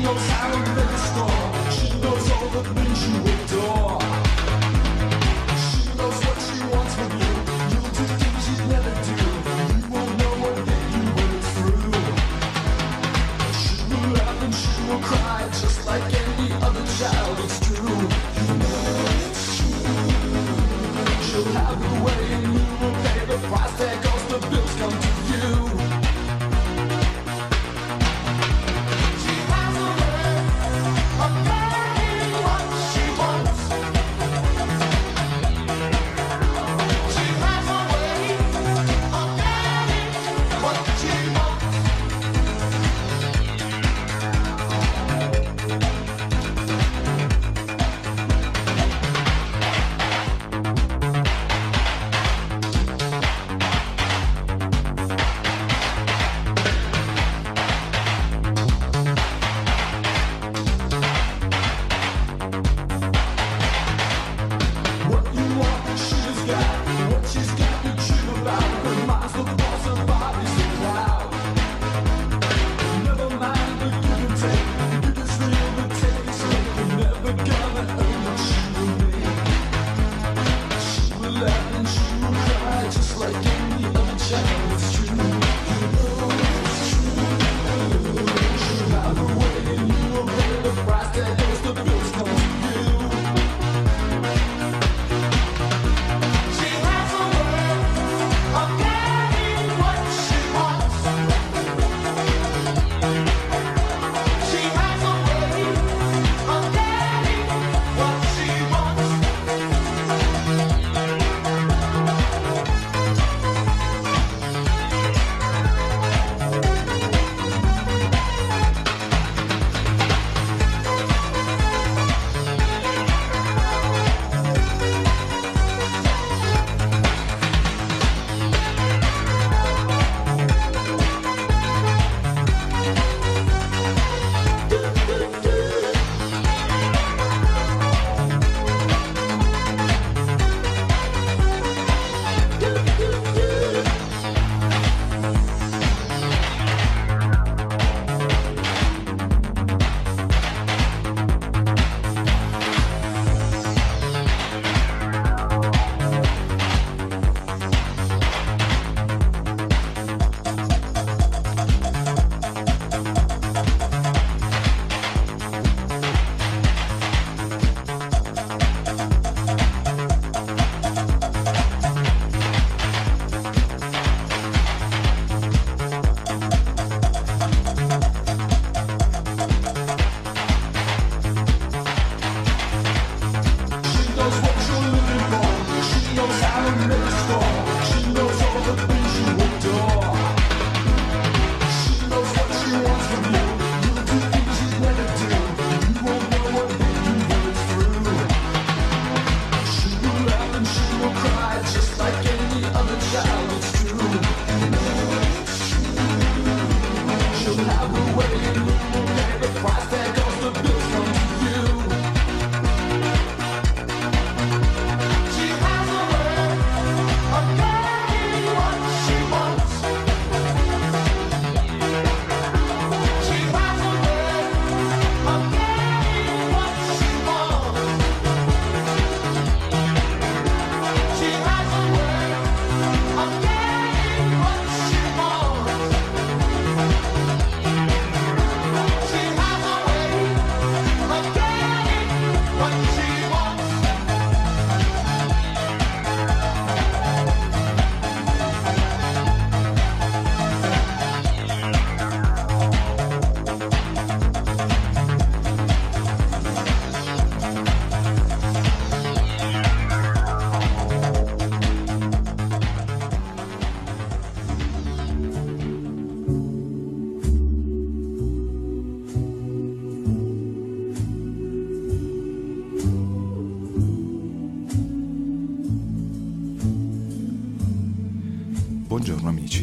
Buongiorno amici.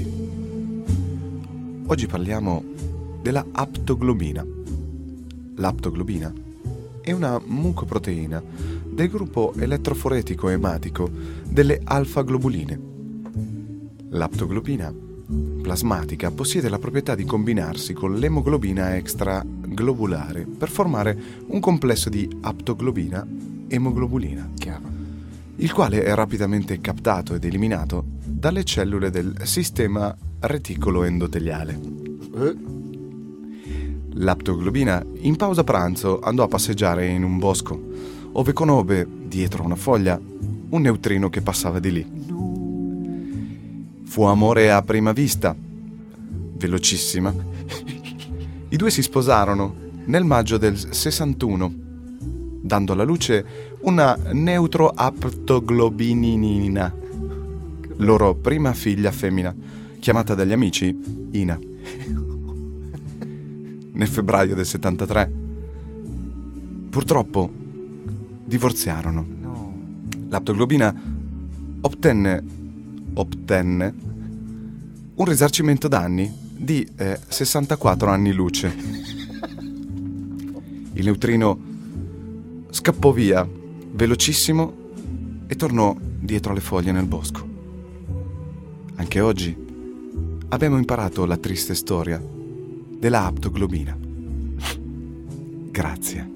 Oggi parliamo della aptoglobina. L'aptoglobina è una mucoproteina del gruppo elettroforetico ematico delle alfa-globuline. L'aptoglobina plasmatica possiede la proprietà di combinarsi con l'emoglobina extra globulare per formare un complesso di aptoglobina e emoglobulina, Chiaro. il quale è rapidamente captato ed eliminato dalle cellule del sistema reticolo endoteliale. Eh, L'aptoglobina in pausa pranzo andò a passeggiare in un bosco, ove conobbe, dietro una foglia, un neutrino che passava di lì. Fu amore a prima vista, velocissima. I due si sposarono nel maggio del sessantuno, dando alla luce una neuroaptoglobininina, loro prima figlia femmina, chiamata dagli amici Ina. Nel febbraio del settantatré, purtroppo, divorziarono. L'aptoglobina ottenne, ottenne un risarcimento danni di eh, sessantaquattro anni luce. Il neutrino scappò via velocissimo e tornò dietro alle foglie nel bosco. Anche oggi abbiamo imparato la triste storia della aptoglobina. Grazie.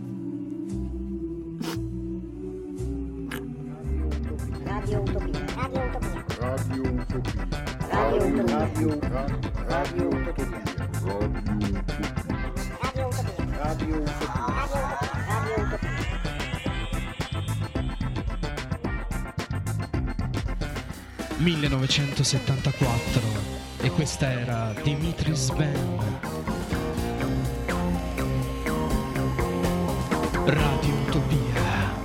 Radio Utopia. Radio Utopia. Radio Utopia. Radio Utopia. Radio Utopia. Radio Utopia. Radio Utopia. Radio Utopia. millenovecentosettantaquattro e questa era Dimitris Band. Radio Utopia.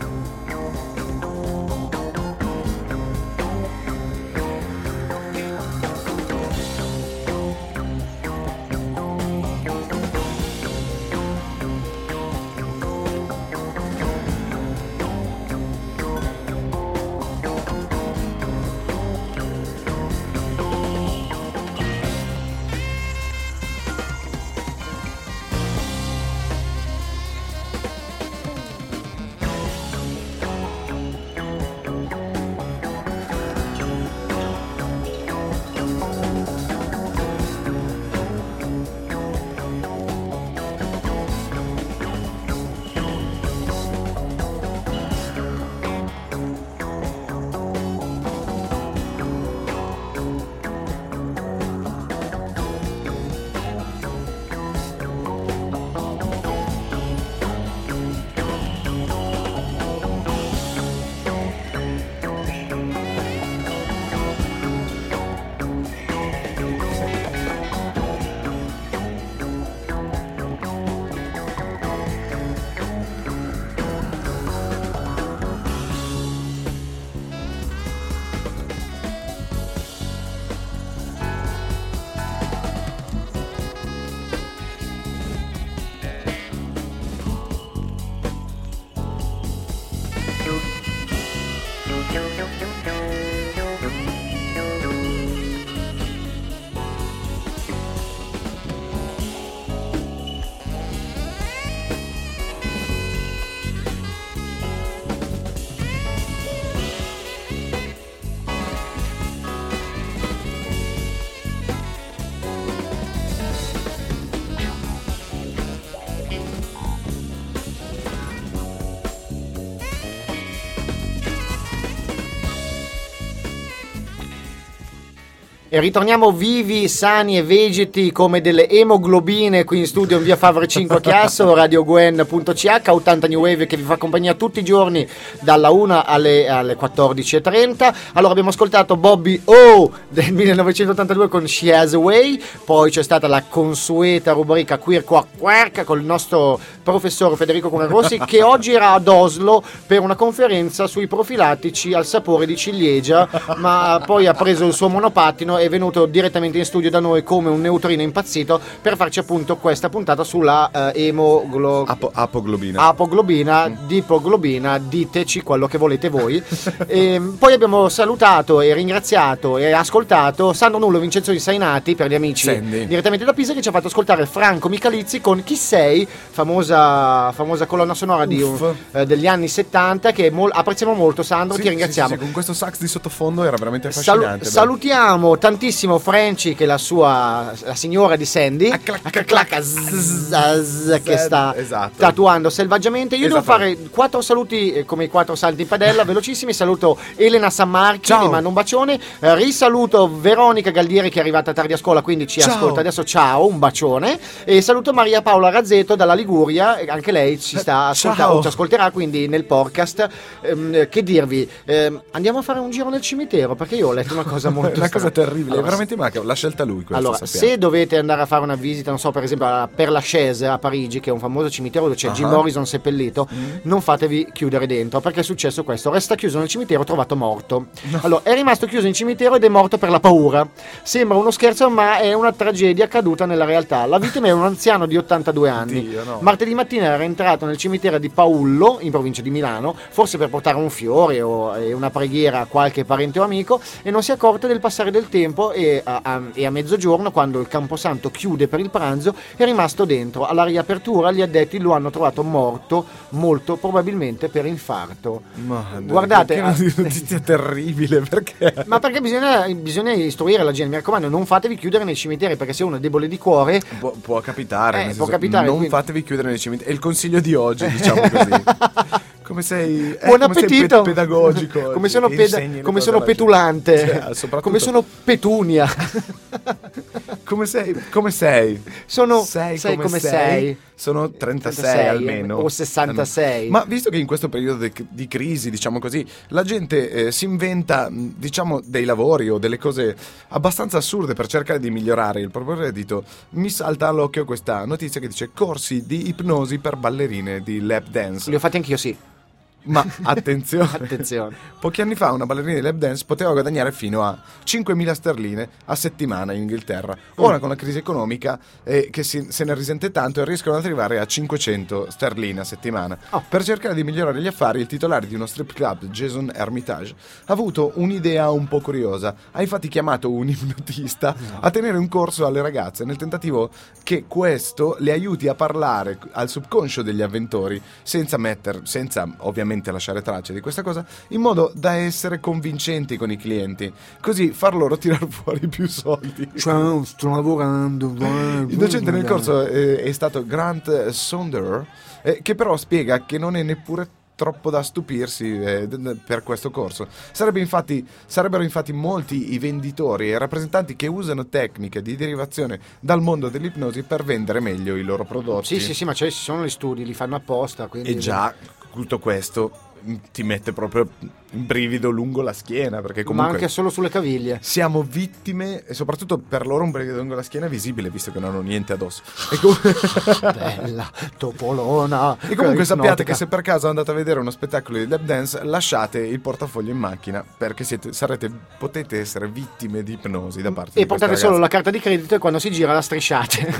E ritorniamo vivi, sani e vegeti come delle emoglobine qui in studio in via Favre cinque a Chiasso, radiogwen punto c h, ottanta New Wave che vi fa compagnia tutti i giorni dalla una alle, alle quattordici e trenta. Allora abbiamo ascoltato Bobby O del millenovecentottantadue con She Has a Way, poi c'è stata la consueta rubrica Queer Qua Querca con il nostro professor Federico Cunerossi che oggi era ad Oslo per una conferenza sui profilattici al sapore di ciliegia, ma poi ha preso il suo monopattino è venuto direttamente in studio da noi come un neutrino impazzito per farci appunto questa puntata sulla uh, emoglo... Apo- apoglobina. apoglobina, mm. dipoglobina, diteci quello che volete voi. E poi abbiamo salutato e ringraziato e ascoltato Sandro Nullo e Vincenzo Insainati, per gli amici Sandy. direttamente da Pisa, che ci ha fatto ascoltare Franco Michalizzi con Chi sei, famosa, famosa colonna sonora di un, eh, degli anni settanta che mol- apprezziamo molto. Sandro, Sì, ti ringraziamo. sì, sì, sì, con questo sax di sottofondo era veramente Sal- affascinante. salutiamo tantissimo Frenchy, che è la sua la signora di Sandy, Ah, clac, Ah, clac, clac, clac, zzz, ah, zzz, che sta esatto. tatuando selvaggiamente. Io devo Esatto. fare quattro saluti eh, come i quattro salti in padella velocissimi. Saluto Elena Sammarchi, Ciao. mi mando un bacione. Eh, risaluto Veronica Galdieri, che è arrivata tardi a scuola, quindi ci Ciao. ascolta adesso. Ciao, un bacione. E saluto Maria Paola Razzetto dalla Liguria, e anche lei ci sta ascolta- Ciao. o ci ascolterà quindi nel podcast. Ehm, che dirvi, Ehm, andiamo a fare un giro nel cimitero, perché io ho letto una cosa molto Una cosa strana. terribile, Allora, è veramente macabra. L'ha scelta lui questa, allora, sappiamo. se dovete andare a fare una visita, non so, per esempio a Père Lachaise a Parigi, che è un famoso cimitero dove c'è Jim Ah. Morrison seppellito, non fatevi chiudere dentro, perché è successo questo: resta chiuso nel cimitero, trovato morto. Allora, è rimasto chiuso in cimitero ed è morto per la paura. Sembra uno scherzo, ma è una tragedia accaduta nella realtà. La vittima è un anziano di ottantadue anni. Dio, no. Martedì mattina era entrato nel cimitero di Paullo, in provincia di Milano, forse per portare un fiore o eh, una preghiera a qualche parente o amico, e non si è accorto del passare del tempo, e a, a- e a mezzogiorno, quando il Camposanto chiude per il pranzo, è rimasto dentro. Alla riapertura gli addetti lo hanno trovato morto, molto probabilmente per infarto. Madre, Guardate, che ah, notizia terribile, perché? ma perché bisogna, bisogna istruire la gente, mi raccomando, non fatevi chiudere nei cimiteri, perché se uno è debole di cuore. Può, può capitare, Eh, nel può senso, capitare, non quindi- fatevi chiudere nei cimiteri. È il consiglio di oggi, diciamo così. Come sei, eh, Buon come sei appetito! pe- pedagogico, come oggi, sono, che peda- insegni le come cose sono alla gente. petulante, Cioè, soprattutto- come sono petunia. Come sei? Come sei? Sono- sei sei come sei? Sono trentasei, trentasei, almeno. o sessantasei. Ma visto che in questo periodo di, di crisi, diciamo così, la gente eh, si inventa, mh, diciamo, dei lavori o delle cose abbastanza assurde per cercare di migliorare il proprio reddito, mi salta all'occhio questa notizia che dice corsi di ipnosi per ballerine di lap dance. Li ho fatti anch'io, sì. Ma attenzione, Attenzione. pochi anni fa una ballerina di lap dance poteva guadagnare fino a cinquemila sterline a settimana in Inghilterra. Ora con la crisi economica eh, che si- se ne risente tanto, riescono ad arrivare a cinquecento sterline a settimana. Oh. Per cercare di migliorare gli affari, il titolare di uno strip club, Jason Hermitage, ha avuto un'idea un po' curiosa. Ha infatti chiamato un ipnotista a tenere un corso alle ragazze nel tentativo che questo le aiuti a parlare al subconscio degli avventori senza metter, senza ovviamente lasciare tracce di questa cosa, in modo da essere convincenti con i clienti, così far loro tirar fuori più soldi. Ciao, sto lavorando. Il docente nel corso eh, è stato Grant Saunderer, eh, che però spiega che non è neppure troppo da stupirsi eh, d- d- per questo corso. Sarebbe infatti, sarebbero infatti molti i venditori e rappresentanti che usano tecniche di derivazione dal mondo dell'ipnosi per vendere meglio i loro prodotti. Sì, sì, sì, ma cioè, ci sono gli studi, li fanno apposta. Quindi... E già tutto questo mh, ti mette proprio un brivido lungo la schiena, perché Ma comunque anche solo sulle caviglie. siamo vittime, e soprattutto per loro un brivido lungo la schiena è visibile, visto che non hanno niente addosso. E, com- Bella, topolona. e comunque sappiate che Ipnotica. se per caso andate a vedere uno spettacolo di lap dance, lasciate il portafoglio in macchina, perché siete, sarete, potete essere vittime di ipnosi da parte E di queste portate solo la ragazze. carta di credito, e quando si gira la strisciate.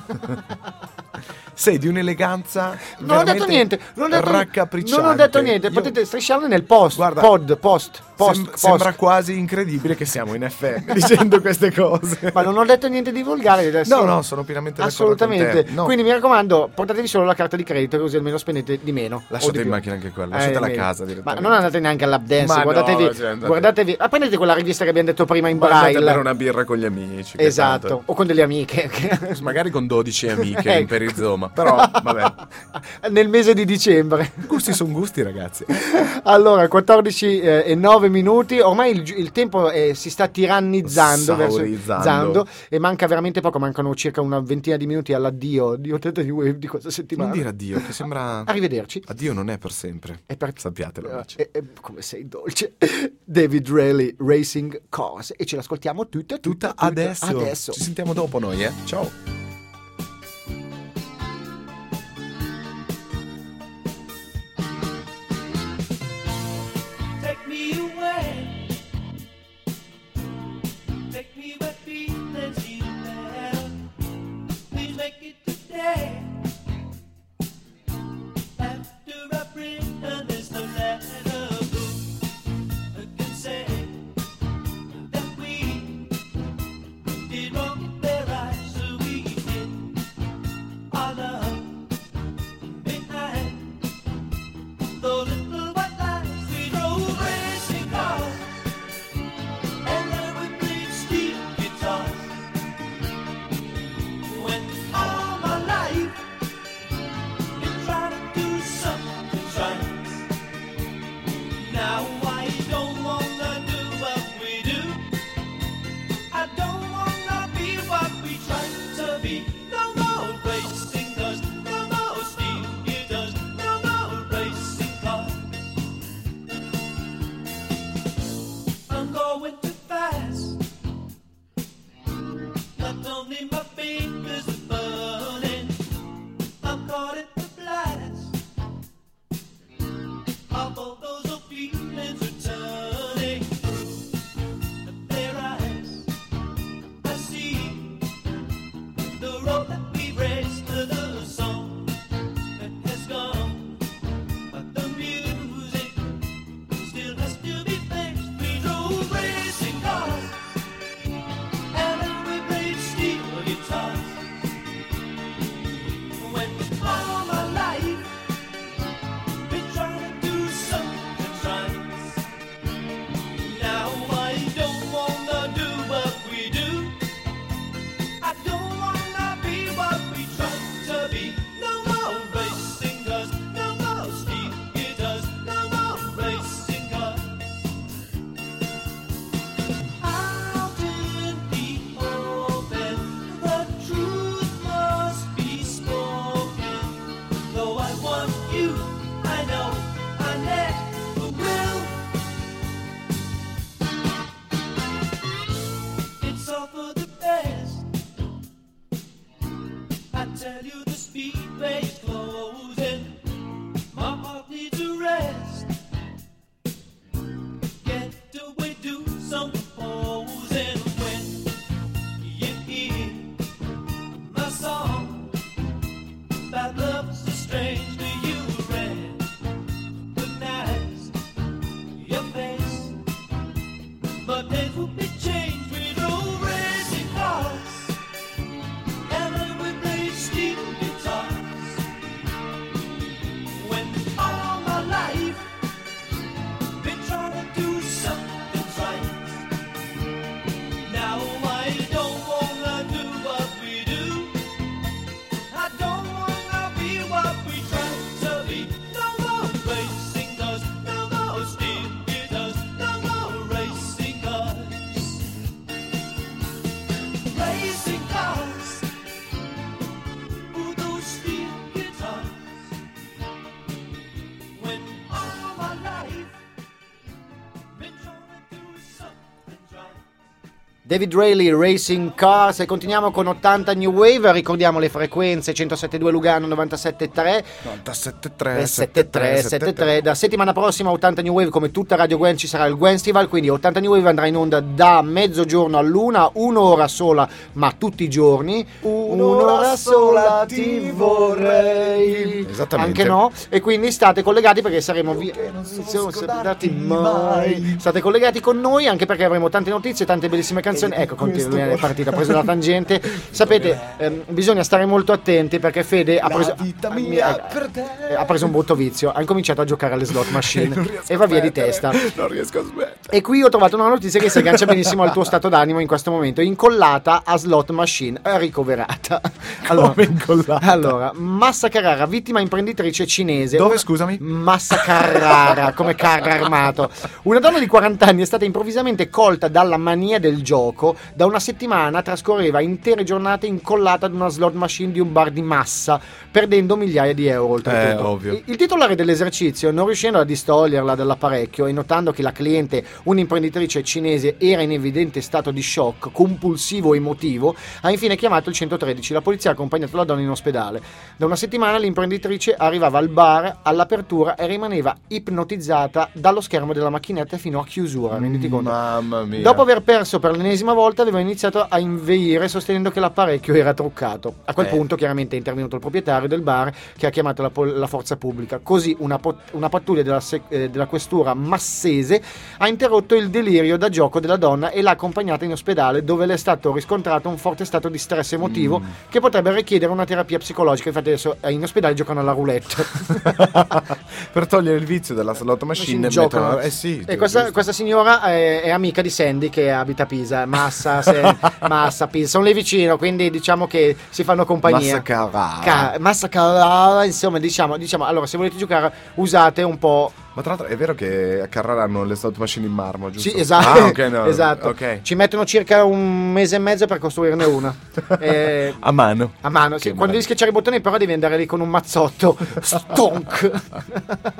Sei di un'eleganza Non ho detto veramente niente, non ho detto, raccapricciante. non ho detto niente, Io- potete strisciarle nel post, Guarda, pod, post, post, Sem- post. Sembra quasi incredibile che siamo in F M dicendo queste cose. Ma non ho detto niente di volgare adesso. No, no, sono pienamente d'accordo con assolutamente. te. No. Quindi mi raccomando, portatevi solo la carta di credito, così almeno spendete di meno. o Lasciate di in più. macchina anche quella, lasciatela a meglio. casa Ma direttamente. non andate neanche all'up dance, Ma no, guardatevi, cioè, andate- guardatevi, ah, prendete quella rivista che abbiamo detto prima in Ma andate a bere braille. una birra con gli amici. che Esatto, tanto- o con delle amiche. Magari con dodici amiche Ecco. in perizoma. Però, vabbè. Nel mese di dicembre. Gusti sono gusti, ragazzi. Allora, quattordici eh, e nove minuti. Ormai il, gi- il tempo eh, si sta tirannizzando verso- Saurizzando. zando, e manca veramente poco. Mancano circa una ventina di minuti all'addio di Hotel di Wave di questa settimana. Non dire addio, che sembra... Arrivederci. Addio non è per sempre. E per- Sappiatelo, Eh, amici. eh, eh, come sei dolce. David Raleigh, Racing Cars. E ce l'ascoltiamo tutta, tutta, Tutta tutta adesso. adesso. Ci sentiamo dopo noi, eh. Ciao. Take me away. Take me where feeling seem better. Please make it today. After I've written this love letter, who can say that we did wrong in their eyes? So we started to blast. All those old feelings returning through their eyes. I see the road that we raced, the song that has gone, but the music still has to be faced. We drove racing cars, and then we played steel guitars. When all my life been trying to do something right. Now I don't wanna do what we do. I don't wanna be what we try to be. No more racing cars, no more steel guitars, no more racing cars. Out in the open, the truth must be spoken. Though I want you, I know I never will. It's all for the best. I tell you the speedway's closing. My heart needs a rest. Get away, do some posing when you hear my song. Bad love's so strange to you, recognize your face. But days will be changed, we drove racing cars, and then we played steel guitars. When all my life been trying to do something right. Now I don't wanna do what we do. I don't wanna be what we try to be. No more racing cars, no more steel guitars, no more racing cars. Racing cars, ooh, those steel guitars. When all my life been trying to do something right. David Rayleigh, Racing Cars, e continuiamo con ottanta New Wave. Ricordiamo le frequenze: centosette virgola due Lugano, novantasette virgola tre, novantasette virgola tre, settantatré settantatré settantatré. Da settimana prossima ottanta New Wave, come tutta Radio Gwen, ci sarà il Gwenstival, quindi ottanta New Wave andrà in onda da mezzogiorno all'una, un'ora sola, ma tutti i giorni. Un'ora sola ti vorrei. Esattamente. Anche no? E quindi state collegati, perché saremo via. Siamo scordati mai. State collegati con noi, anche perché avremo tante notizie, tante bellissime canzoni. Ecco, continua, è partita, ha preso la tangente. Sapete, ehm, bisogna stare molto attenti, perché Fede ha preso, vita mi- mia eh, per te. eh, ha preso un brutto vizio. Ha incominciato a giocare alle slot Non machine riesco e a va via di smettere, testa. Non riesco a smettere. E qui ho trovato una notizia che si aggancia benissimo al tuo stato d'animo in questo momento. Incollata a slot machine, eh, ricoverata. Allora, Come incollata? allora, Massa Carrara, vittima imprenditrice cinese. Dove, Una- scusami? Massa Carrara, come carro armato. Una donna di quaranta anni è stata improvvisamente colta dalla mania del gioco. Da una settimana trascorreva intere giornate incollata ad una slot machine di un bar di Massa, perdendo migliaia di euro oltretutto. Eh, ovvio. Il- Il titolare dell'esercizio, non riuscendo a distoglierla dall'apparecchio e notando che la cliente, un'imprenditrice cinese, era in evidente stato di shock compulsivo emotivo, ha infine chiamato il centotredici. La polizia ha accompagnato la donna in ospedale. Da una settimana l'imprenditrice arrivava al bar all'apertura e rimaneva ipnotizzata dallo schermo della macchinetta fino a chiusura, renditi conto? Mamma mia. Dopo aver perso per l'ennesima volta, aveva iniziato a inveire sostenendo che l'apparecchio era truccato. A quel Eh. punto chiaramente è intervenuto il proprietario del bar, che ha chiamato la, pol- la forza pubblica. Così una, pot- una pattuglia della, se- eh, della questura massese ha interrotto il delirio da gioco della donna e l'ha accompagnata in ospedale, dove le è stato riscontrato un forte stato di stress emotivo Mm. che potrebbe richiedere una terapia psicologica. Infatti adesso eh, in ospedale giocano alla roulette. Per togliere il vizio della slot machine Giocano. mettono- eh sì, E questa, giusto. questa signora è, è amica di Sandy, che abita a Pisa. Massa, se- Massa, Pisa, sono lì vicino, quindi diciamo che si fanno compagnia. Massa Carrara. Ca- Massa Carrara, insomma, diciamo, diciamo, allora, se volete giocare, usate un po'. Ma tra l'altro è vero che a Carrara hanno le slot machine in marmo, giusto? Sì, esatto, Ah, ok, no, esatto. ok. Ci mettono circa un mese e mezzo per costruirne una. Eh, A mano. a mano, sì. Che Quando devi meraviglia. schiacciare i bottoni, però devi andare lì con un mazzotto. Stonk.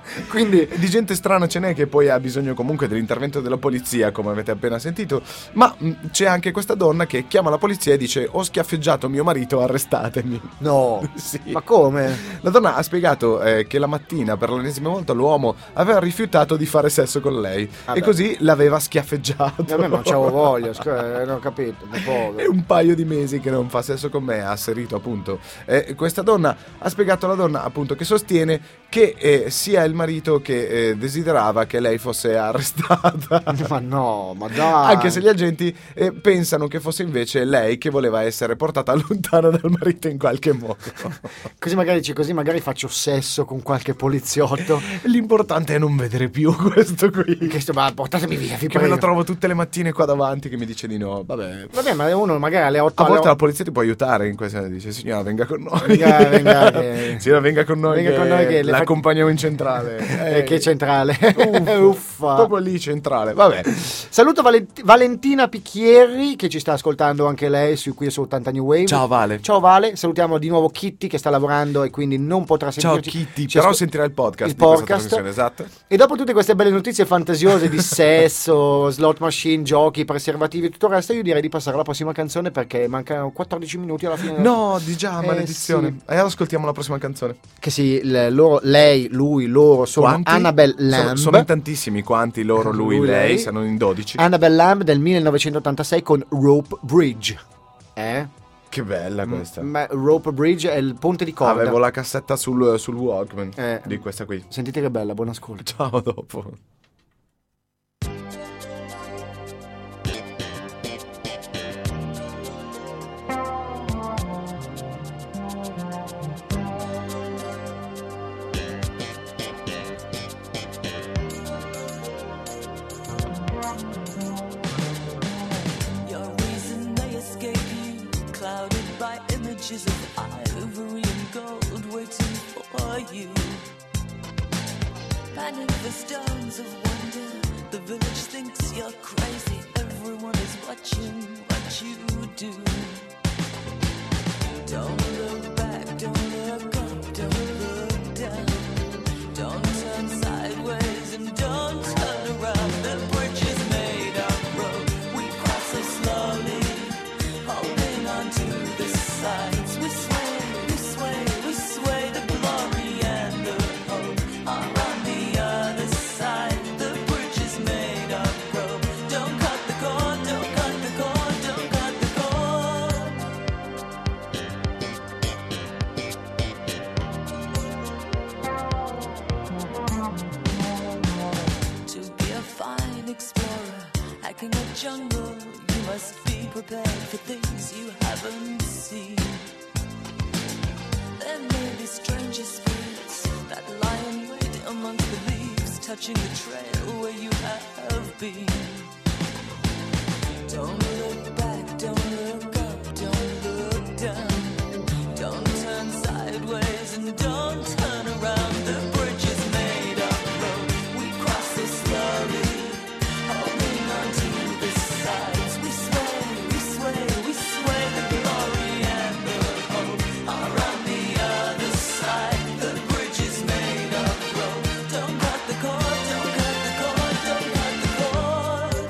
Quindi di gente strana ce n'è che poi ha bisogno comunque dell'intervento della polizia, come avete appena sentito, ma mh, c'è anche questa donna che chiama la polizia e dice: ho schiaffeggiato mio marito, arrestatemi. no, Sì. ma come? La donna ha spiegato eh, che la mattina per l'ennesima volta l'uomo aveva rifiutato di fare sesso con lei Vabbè. e così l'aveva schiaffeggiato. A me non c'avevo voglia, scusa, non ho capito, ma È povero. un paio di mesi che non fa sesso con me, ha asserito appunto. Eh, questa donna ha spiegato alla donna appunto che sostiene che eh, sia il marito che eh, desiderava che lei fosse arrestata. Ma no, ma dai. Anche se gli agenti eh, pensano che fosse invece lei che voleva essere portata lontana dal marito in qualche modo. Così magari dici, così magari faccio sesso con qualche poliziotto. L'importante è non vedere più questo qui. Che sto, ma portatemi via, vi Che me prego. lo trovo tutte le mattine qua davanti che mi dice di no. Vabbè. Vabbè, ma uno magari alle otto A volte alle la polizia ti può aiutare in questa, dice signora venga con noi. Venga, venga, che- Signora venga con noi, Venga che con noi che le fa- l'accompagniamo in centrale. Eh, che centrale. Uffa. Uffa. Proprio lì centrale. Vabbè. Saluto Valent- Valentina Picchieri che ci sta ascoltando anche lei su qui su ottanta New Wave. Ciao Vale. Ciao Vale, salutiamo di nuovo Kitty che sta lavorando e quindi non potrà Ciao sentirci. Kitty, Ci però ascol- sentirà il podcast il di questa podcast. trasmissione, esatto. E dopo tutte queste belle notizie fantasiose di sesso, slot machine, giochi, preservativi e tutto il resto, io direi di passare alla prossima canzone perché mancano quattordici minuti alla fine. No, di già, Eh, maledizione. sì. E allora ascoltiamo la prossima canzone. Che sì, le- loro, lei, lui, loro sono Quanti? Annabelle Sono- Lamb. Sono in tantissimi quanti loro, lui, Lui, lei, lei. sono in dodici. Annabelle Lamb del millenovecentottantasei con Rope Bridge. Eh? Che bella questa. Ma Rope Bridge è il ponte di corda. Avevo la cassetta sul, sul Walkman Eh. di questa qui. Sentite che bella, buon ascolto. Ciao, dopo. Your reason may escape you, clouded by images of ivory and gold waiting for you. Panning for stones of wonder, the village thinks you're crazy. Everyone is watching what you do. Don't look back, don't look up, don't look down. Don't turn sideways and don't turn around. The bridge is made of rope. We cross so slowly, holding on to the sides. We sway, we sway, we sway. The glory and the hope are on the other side. The bridge is made of rope. Don't cut the cord, don't cut the cord, don't cut the cord. To be a fine explorer, hacking a jungle, you must be prepared for things you haven't seen. There may be stranger spirits that lie in wait amongst the leaves, touching the trail where you have been. Don't look back, don't look up, don't look down. Don't turn sideways and don't turn around. The bridge is made of rope. We cross so slowly, holding on to the sides. We sway, we sway, we sway. The glory and the hope are on the other side. The bridge is made of rope. Don't cut the cord, don't cut the cord, don't cut the cord.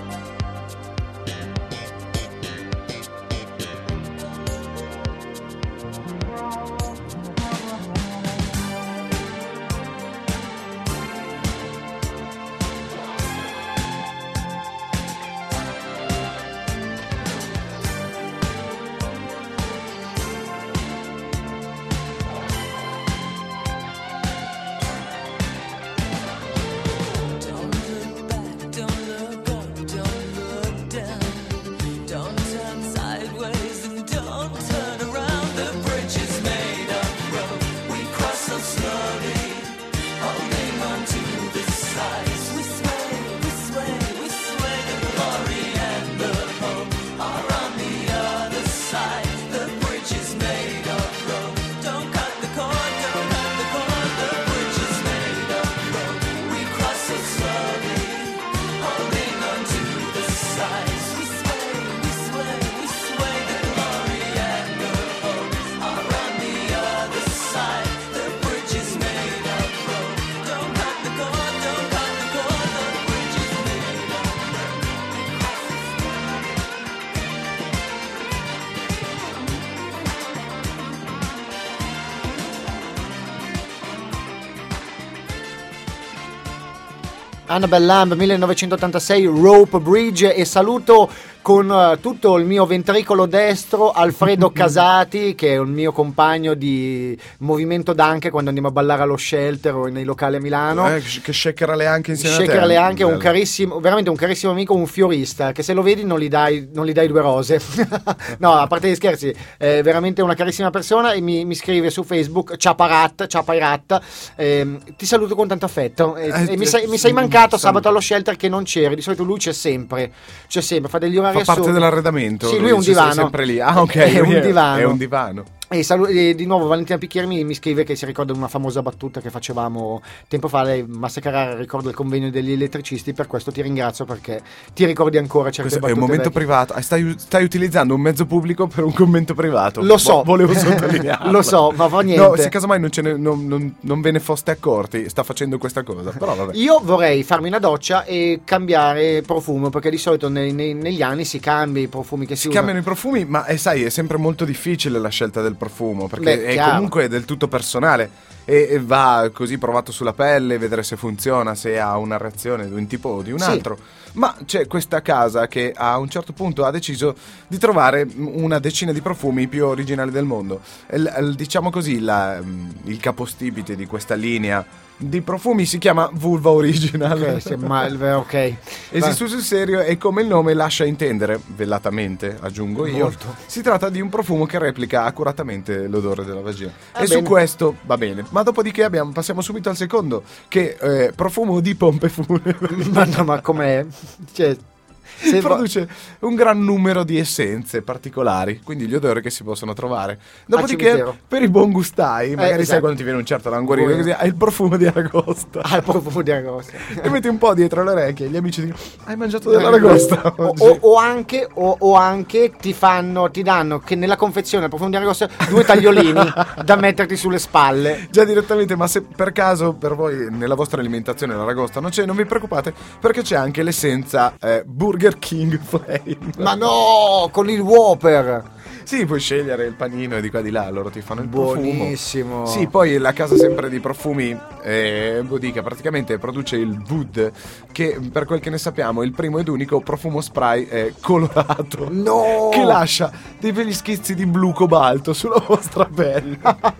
Annabelle Lamb millenovecentottantasei, Rope Bridge, e saluto con uh, tutto il mio ventricolo destro Alfredo Casati, che è un mio compagno di movimento d'anche quando andiamo a ballare allo Shelter o nei locali a Milano. Eh, che shakera le anche insieme a te. Shakera le anche, un Bello. carissimo, veramente un carissimo amico, un fiorista, che se lo vedi non gli dai, non gli dai due rose. No, a parte gli scherzi, è veramente una carissima persona, e mi, mi scrive su Facebook, Ciaparat, Ciapairat, ehm, ti saluto con tanto affetto, e, Eh, e mi, sei, mi sei mancato saluto. sabato allo Shelter che non c'eri, di solito lui c'è sempre, c'è sempre, fa degli orari Fa parte assurdi. dell'arredamento. Sì, lui è un ci sei divano. sempre lì. Ah, ok. È lui un divano. È un divano. E, salu- e di nuovo Valentina Picchieri mi, mi scrive che si ricorda una famosa battuta che facevamo tempo fa. Lei, Massa Carrara, ricorda il convegno degli elettricisti, per questo ti ringrazio, perché ti ricordi ancora certe Questo è battute un momento vecchie. privato. Ah, Stai, stai utilizzando un mezzo pubblico per un commento privato. Lo so. Vo- volevo sottolinearlo. Lo so, ma fa niente. No, se casomai non, ce ne, non, non, non ve ne foste accorti, sta facendo questa cosa. Però vabbè. Io vorrei farmi una doccia e cambiare profumo, perché di solito nei- nei- negli anni si cambia i profumi che si, Si usano. cambiano i profumi, ma eh, sai, è sempre molto difficile la scelta del profumo, perché Beh, è chiaro. comunque del tutto personale e, e va così provato sulla pelle, vedere se funziona, se ha una reazione di un tipo o di un Sì. altro. Ma c'è questa casa che a un certo punto ha deciso di trovare una decina di profumi più originali del mondo. Il- il- diciamo così, la- il capostipite di questa linea di profumi si chiama Vulva Original. Ok, sì, ma- ok. E Va- si sul serio, e come il nome lascia intendere, velatamente aggiungo io, Molto. si tratta di un profumo che replica accuratamente l'odore della vagina. Ah, e bene. su questo va bene. Ma dopodiché abbiamo, passiamo subito al secondo, che è profumo di pompe funebri. ma no, ma com'è? Cioè, se va- Produce un gran numero di essenze particolari, quindi gli odori che si possono trovare. Dopodiché, cimitero. per i buon gustai, magari sai esatto. quando ti viene un certo languorino, Buono. così, hai il profumo di aragosta. Ah, il profumo di agosto. E metti un po' dietro le orecchie, gli amici dicono: hai mangiato dell'aragosta o, oggi?" o- o anche, o, o anche ti fanno, ti danno che nella confezione al profumo di aragosta due tagliolini da metterti sulle spalle. Già direttamente, ma se per caso per voi nella vostra alimentazione l'aragosta non c'è, non vi preoccupate, perché c'è anche l'essenza eh, Burger King Flame. Ma no, con il Whopper. Sì, puoi scegliere il panino e di qua di là, loro ti fanno il Buonissimo. profumo. Sì, poi la casa sempre di profumi eh, Boudica praticamente produce il Wood, che per quel che ne sappiamo è il primo ed unico profumo spray eh, colorato. No. Che lascia dei begli schizzi di blu cobalto sulla vostra pelle.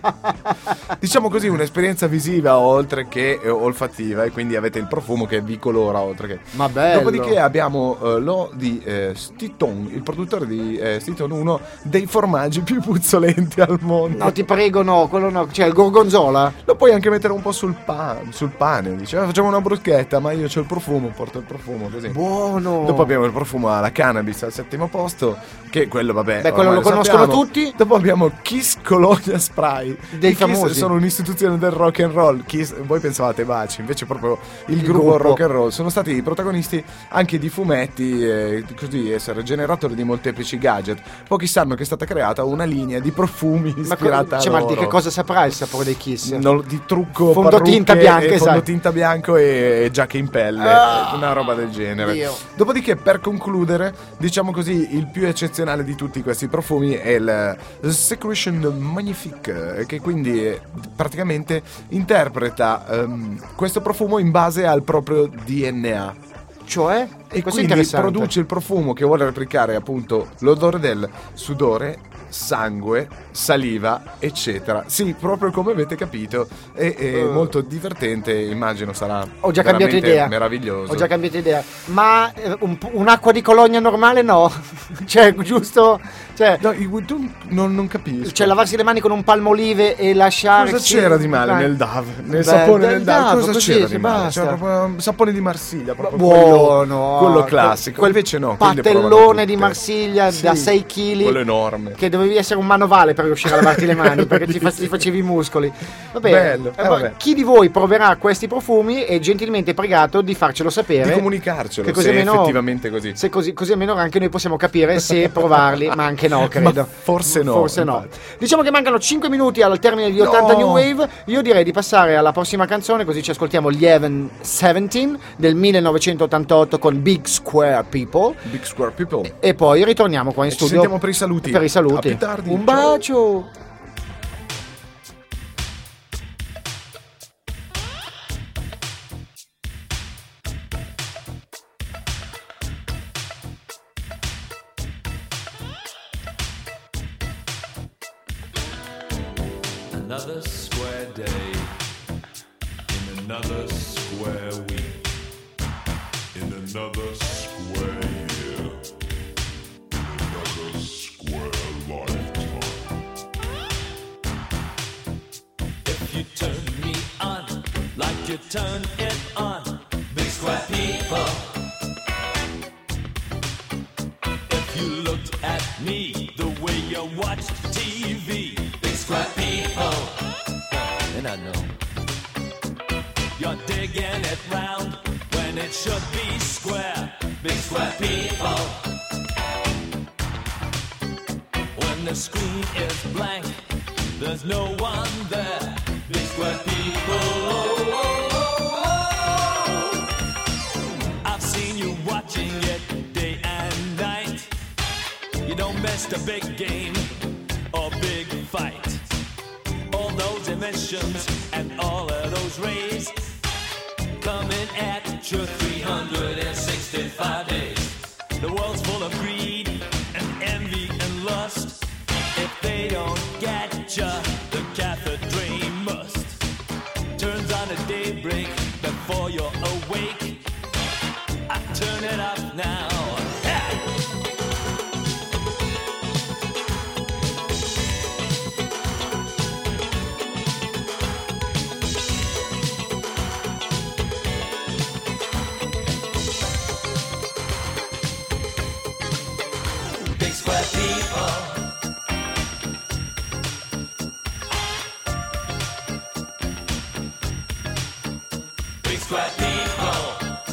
Diciamo così, un'esperienza visiva oltre che eh, olfattiva, e quindi avete il profumo che vi colora oltre che. Ma bello. Dopodiché abbiamo eh, l'O di eh, Stiton, il produttore di eh, Stiton, uno dei formaggi più puzzolenti al mondo. No, ti prego, no, quello no. Cioè, il gorgonzola. Lo puoi anche mettere un po' sul, pa- sul pane. Dice: "Ah, facciamo una bruschetta, ma io c'ho il profumo, porto il profumo così." Buono. Dopo abbiamo il profumo alla cannabis al settimo posto, che quello vabbè. Beh, quello ormai lo conoscono sappiamo. tutti. Dopo abbiamo Kiss Colonia Spray. Dei I Kiss famosi. sono un'istituzione del rock and roll. Kiss, voi pensavate baci, invece proprio il, Il gruppo, gruppo. rock and roll. Sono stati i protagonisti anche di fumetti e così, essere generatori di molteplici gadget. Pochi sanno che è stata creata una linea di profumi Ma ispirata co- cioè, a ma loro. di che cosa saprà il sapore dei Kiss? No, di trucco, Fondotinta parrucche bianca, e esatto. fondotinta bianco e, e giacche in pelle, Ah, una roba del genere. Dio. Dopodiché, per concludere, diciamo così, il più eccezionale di tutti questi profumi è il Secretion Magnifique, che quindi eh, praticamente interpreta ehm, questo profumo in base al proprio D N A. Cioè? E Questo è quindi interessante. produce il profumo che vuole replicare appunto l'odore del sudore, sangue, saliva, eccetera. Sì, proprio come avete capito, è, è Uh. molto divertente, immagino sarà Ho già cambiato veramente idea. meraviglioso. Ho già cambiato idea. Ma eh, un- un'acqua di Cologna normale no. Cioè, giusto? Cioè, No, io- tu non, non capisco. cioè, lavarsi le mani con un palmolive e lasciare. Cosa c'era di male nel Dove? Nel Beh, sapone del del Dove? Dove, Cosa così, c'era sì, di male? basta. C'era proprio un sapone di Marsiglia, proprio Buono. quello, quello classico. Quel Invece no, quindi Pattellone provano di tutte. Marsiglia Sì, da sei chili. quello enorme. Che dovevi essere un manovale per riuscire a lavarti le mani, perché ti, fa- ti facevi i muscoli. Va bene. Bello, eh, Eh, vabbè. chi di voi proverà questi profumi è gentilmente pregato di farcelo sapere. Di comunicarcelo, che così se almeno- effettivamente è così. Se così, così almeno anche noi possiamo capire se provarli, ma anche no, credo. Ma forse no, Forse no. infatti. Diciamo che mancano cinque minuti al termine di ottanta No. New Wave. Io direi di passare alla prossima canzone, così ci ascoltiamo gli Even diciassette del millenovecentottantotto con Big Square People. Big Square People. E poi ritorniamo qua in Ci studio sentiamo per i saluti. per i saluti. A più tardi. Un Ciao. bacio. another square day, in another square week, in another square year, another square lifetime. If you turn me on like you turn it on, big square people. If you looked at me the way you watched T V, big square people, and I know you're digging it round when it should be square, big square people. When the screen is blank, there's no one there, big square people. Oh, oh, oh, oh. I've seen you watching it day and night. You don't miss the big game or big fight. All those emissions and all of those rays coming at you three hundred sixty-five days. The world's full of greed and envy and lust. If they don't get ya, the cathode drain must. Turns on at daybreak before you're awake. I turn it up now. Big square people. Big square people.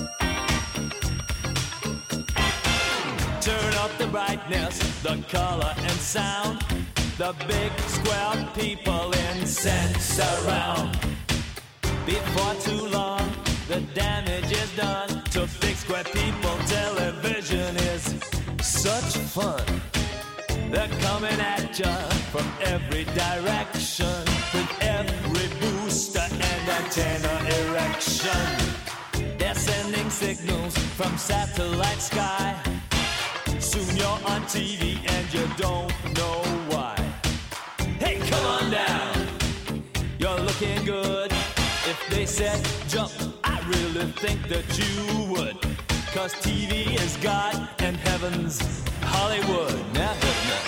Turn up the brightness, the color and sound. The big square people incense around. Before too long, the damage is done to big square people. Television is such fun. They're coming at ya from every direction with every booster and antenna erection. They're sending signals from satellite sky. Soon you're on T V and you don't know why. Hey, come on down. You're looking good. If they said jump, I really think that you would. Cause T V is God and heaven's Hollywood. Now, now.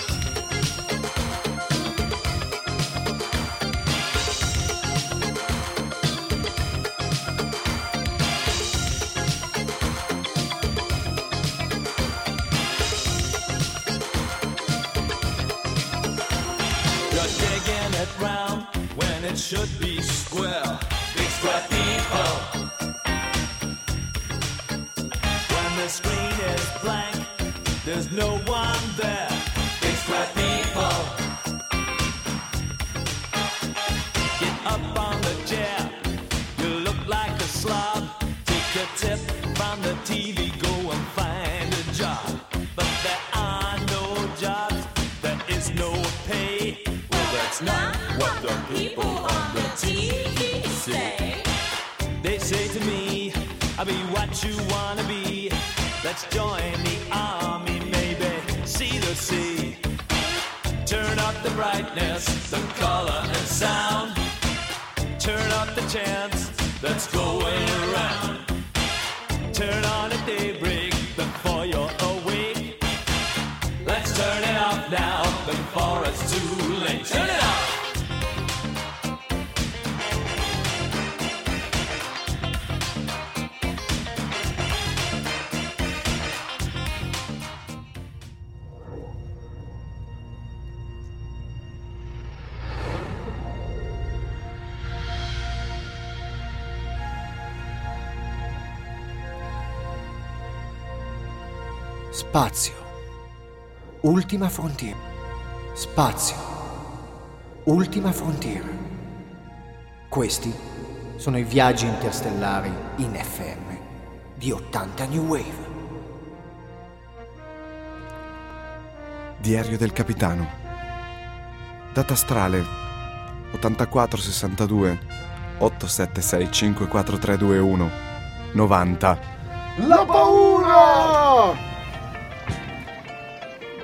You're digging it round when it should be square. Big square people. The screen is blank, there's no one there. Big square people. Get up on the chair, you look like a slob. Take a tip from the T V, go and find a job. But there are no jobs, there is no pay. Well, that's not what the people on the T V say. They say to me, I'll be what you wanna be. Let's join the army, maybe see the sea. Turn up the brightness, the color and sound. Turn up the chants that's going around. Turn on at daybreak before you're awake. Let's turn it off now before it's too late. Turn it off! Spazio. Ultima frontiera. Spazio. Ultima frontiera. Questi sono i viaggi interstellari in F M di ottanta New Wave. Diario del capitano. Data astrale ottantaquattro sessantadue otto sette sei cinque quattro tre due uno novanta. La paura!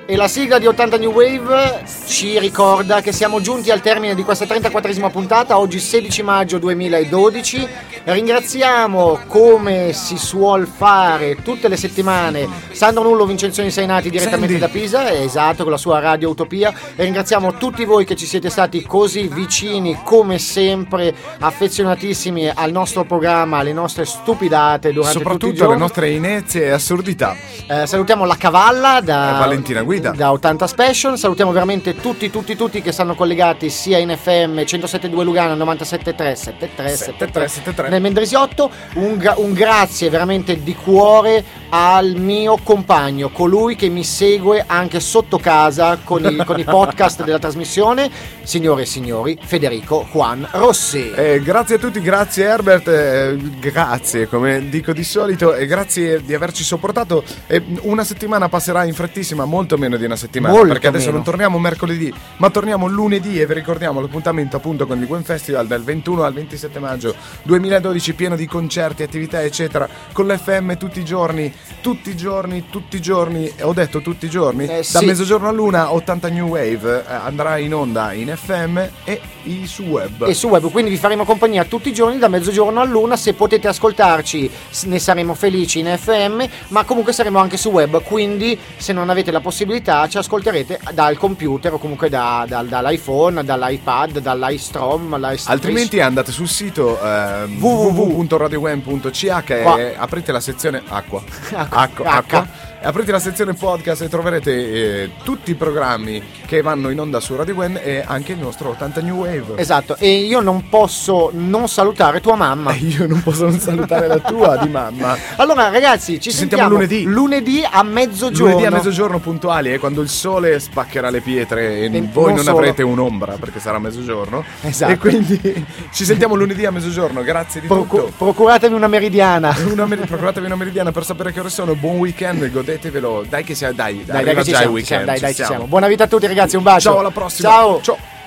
E la sigla di ottanta New Wave ci ricorda che siamo giunti al termine di questa trentaquattresima puntata, oggi sedici maggio duemiladodici. Ringraziamo, come si suol fare tutte le settimane, Sandro Nullo, Vincenzo Insainati direttamente Sandy. da Pisa, esatto, con la sua Radio Utopia. E ringraziamo tutti voi che ci siete stati così vicini, come sempre, affezionatissimi al nostro programma, alle nostre stupidate durante tutti i Soprattutto giorni. le nostre inezie e assurdità. Eh, salutiamo la Cavalla da E Valentina Guida. da ottanta Special. Salutiamo veramente tutti tutti tutti che stanno collegati sia in F M centosette virgola due Lugano, novantasette virgola tre, settantatré settantatré, settantatré. nel Mendrisiotto. Un, gra- un grazie veramente di cuore al mio compagno, colui che mi segue anche sotto casa con i, con i podcast della trasmissione, signore e signori, Federico Juan Rossi. Eh, grazie a tutti, grazie Herbert, eh, grazie come dico di solito e grazie di averci sopportato. Eh, una settimana passerà in frettissima, molto meno di una settimana, Molto perché adesso meno. non torniamo mercoledì, ma torniamo lunedì e vi ricordiamo l'appuntamento appunto con il Gwen Festival dal ventuno al ventisette maggio duemiladodici, pieno di concerti, attività eccetera, con l'F M tutti i giorni, tutti i giorni, tutti i giorni, ho detto tutti i giorni, Eh, da sì. mezzogiorno all'una ottanta New Wave eh, andrà in onda in F M e i- su web. E su web, quindi vi faremo compagnia tutti i giorni da mezzogiorno all'una. Se potete ascoltarci s- ne saremo felici in F M, ma comunque saremo anche su web, quindi se non avete la possibilità ci ascolterete dal computer o comunque da, dal- dall'iPhone, dall'iPad, dall'iStrom, l'iStream. Altrimenti andate sul sito eh, w w w punto radio wen punto c h e Qua. aprite la sezione acqua. Acqua. acqua, acqua. E aprite la sezione podcast e troverete eh, tutti i programmi che vanno in onda su Radio Gwen e anche il nostro ottanta New Wave. Esatto, e io non posso non salutare tua mamma. E io non posso non salutare la tua di mamma. Allora ragazzi, ci, Ci sentiamo lunedì. lunedì a mezzogiorno. Lunedì a mezzogiorno puntuali, eh, quando il sole spaccherà le pietre e, E voi non non solo. avrete un'ombra perché sarà mezzogiorno. Esatto. E quindi ci sentiamo lunedì a mezzogiorno. Grazie di Procu- tutto. procuratemi una meridiana. Una meri- procuratevi una meridiana per sapere che ore sono. Buon weekend, godetevelo. Dai che sia, dai, Dai, dai, arriva che ci già siamo, il ci siamo, weekend. dai, ci dai, ci siamo. siamo. Buona vita a tutti ragazzi, un bacio. Ciao, alla prossima. Ciao. Ciao.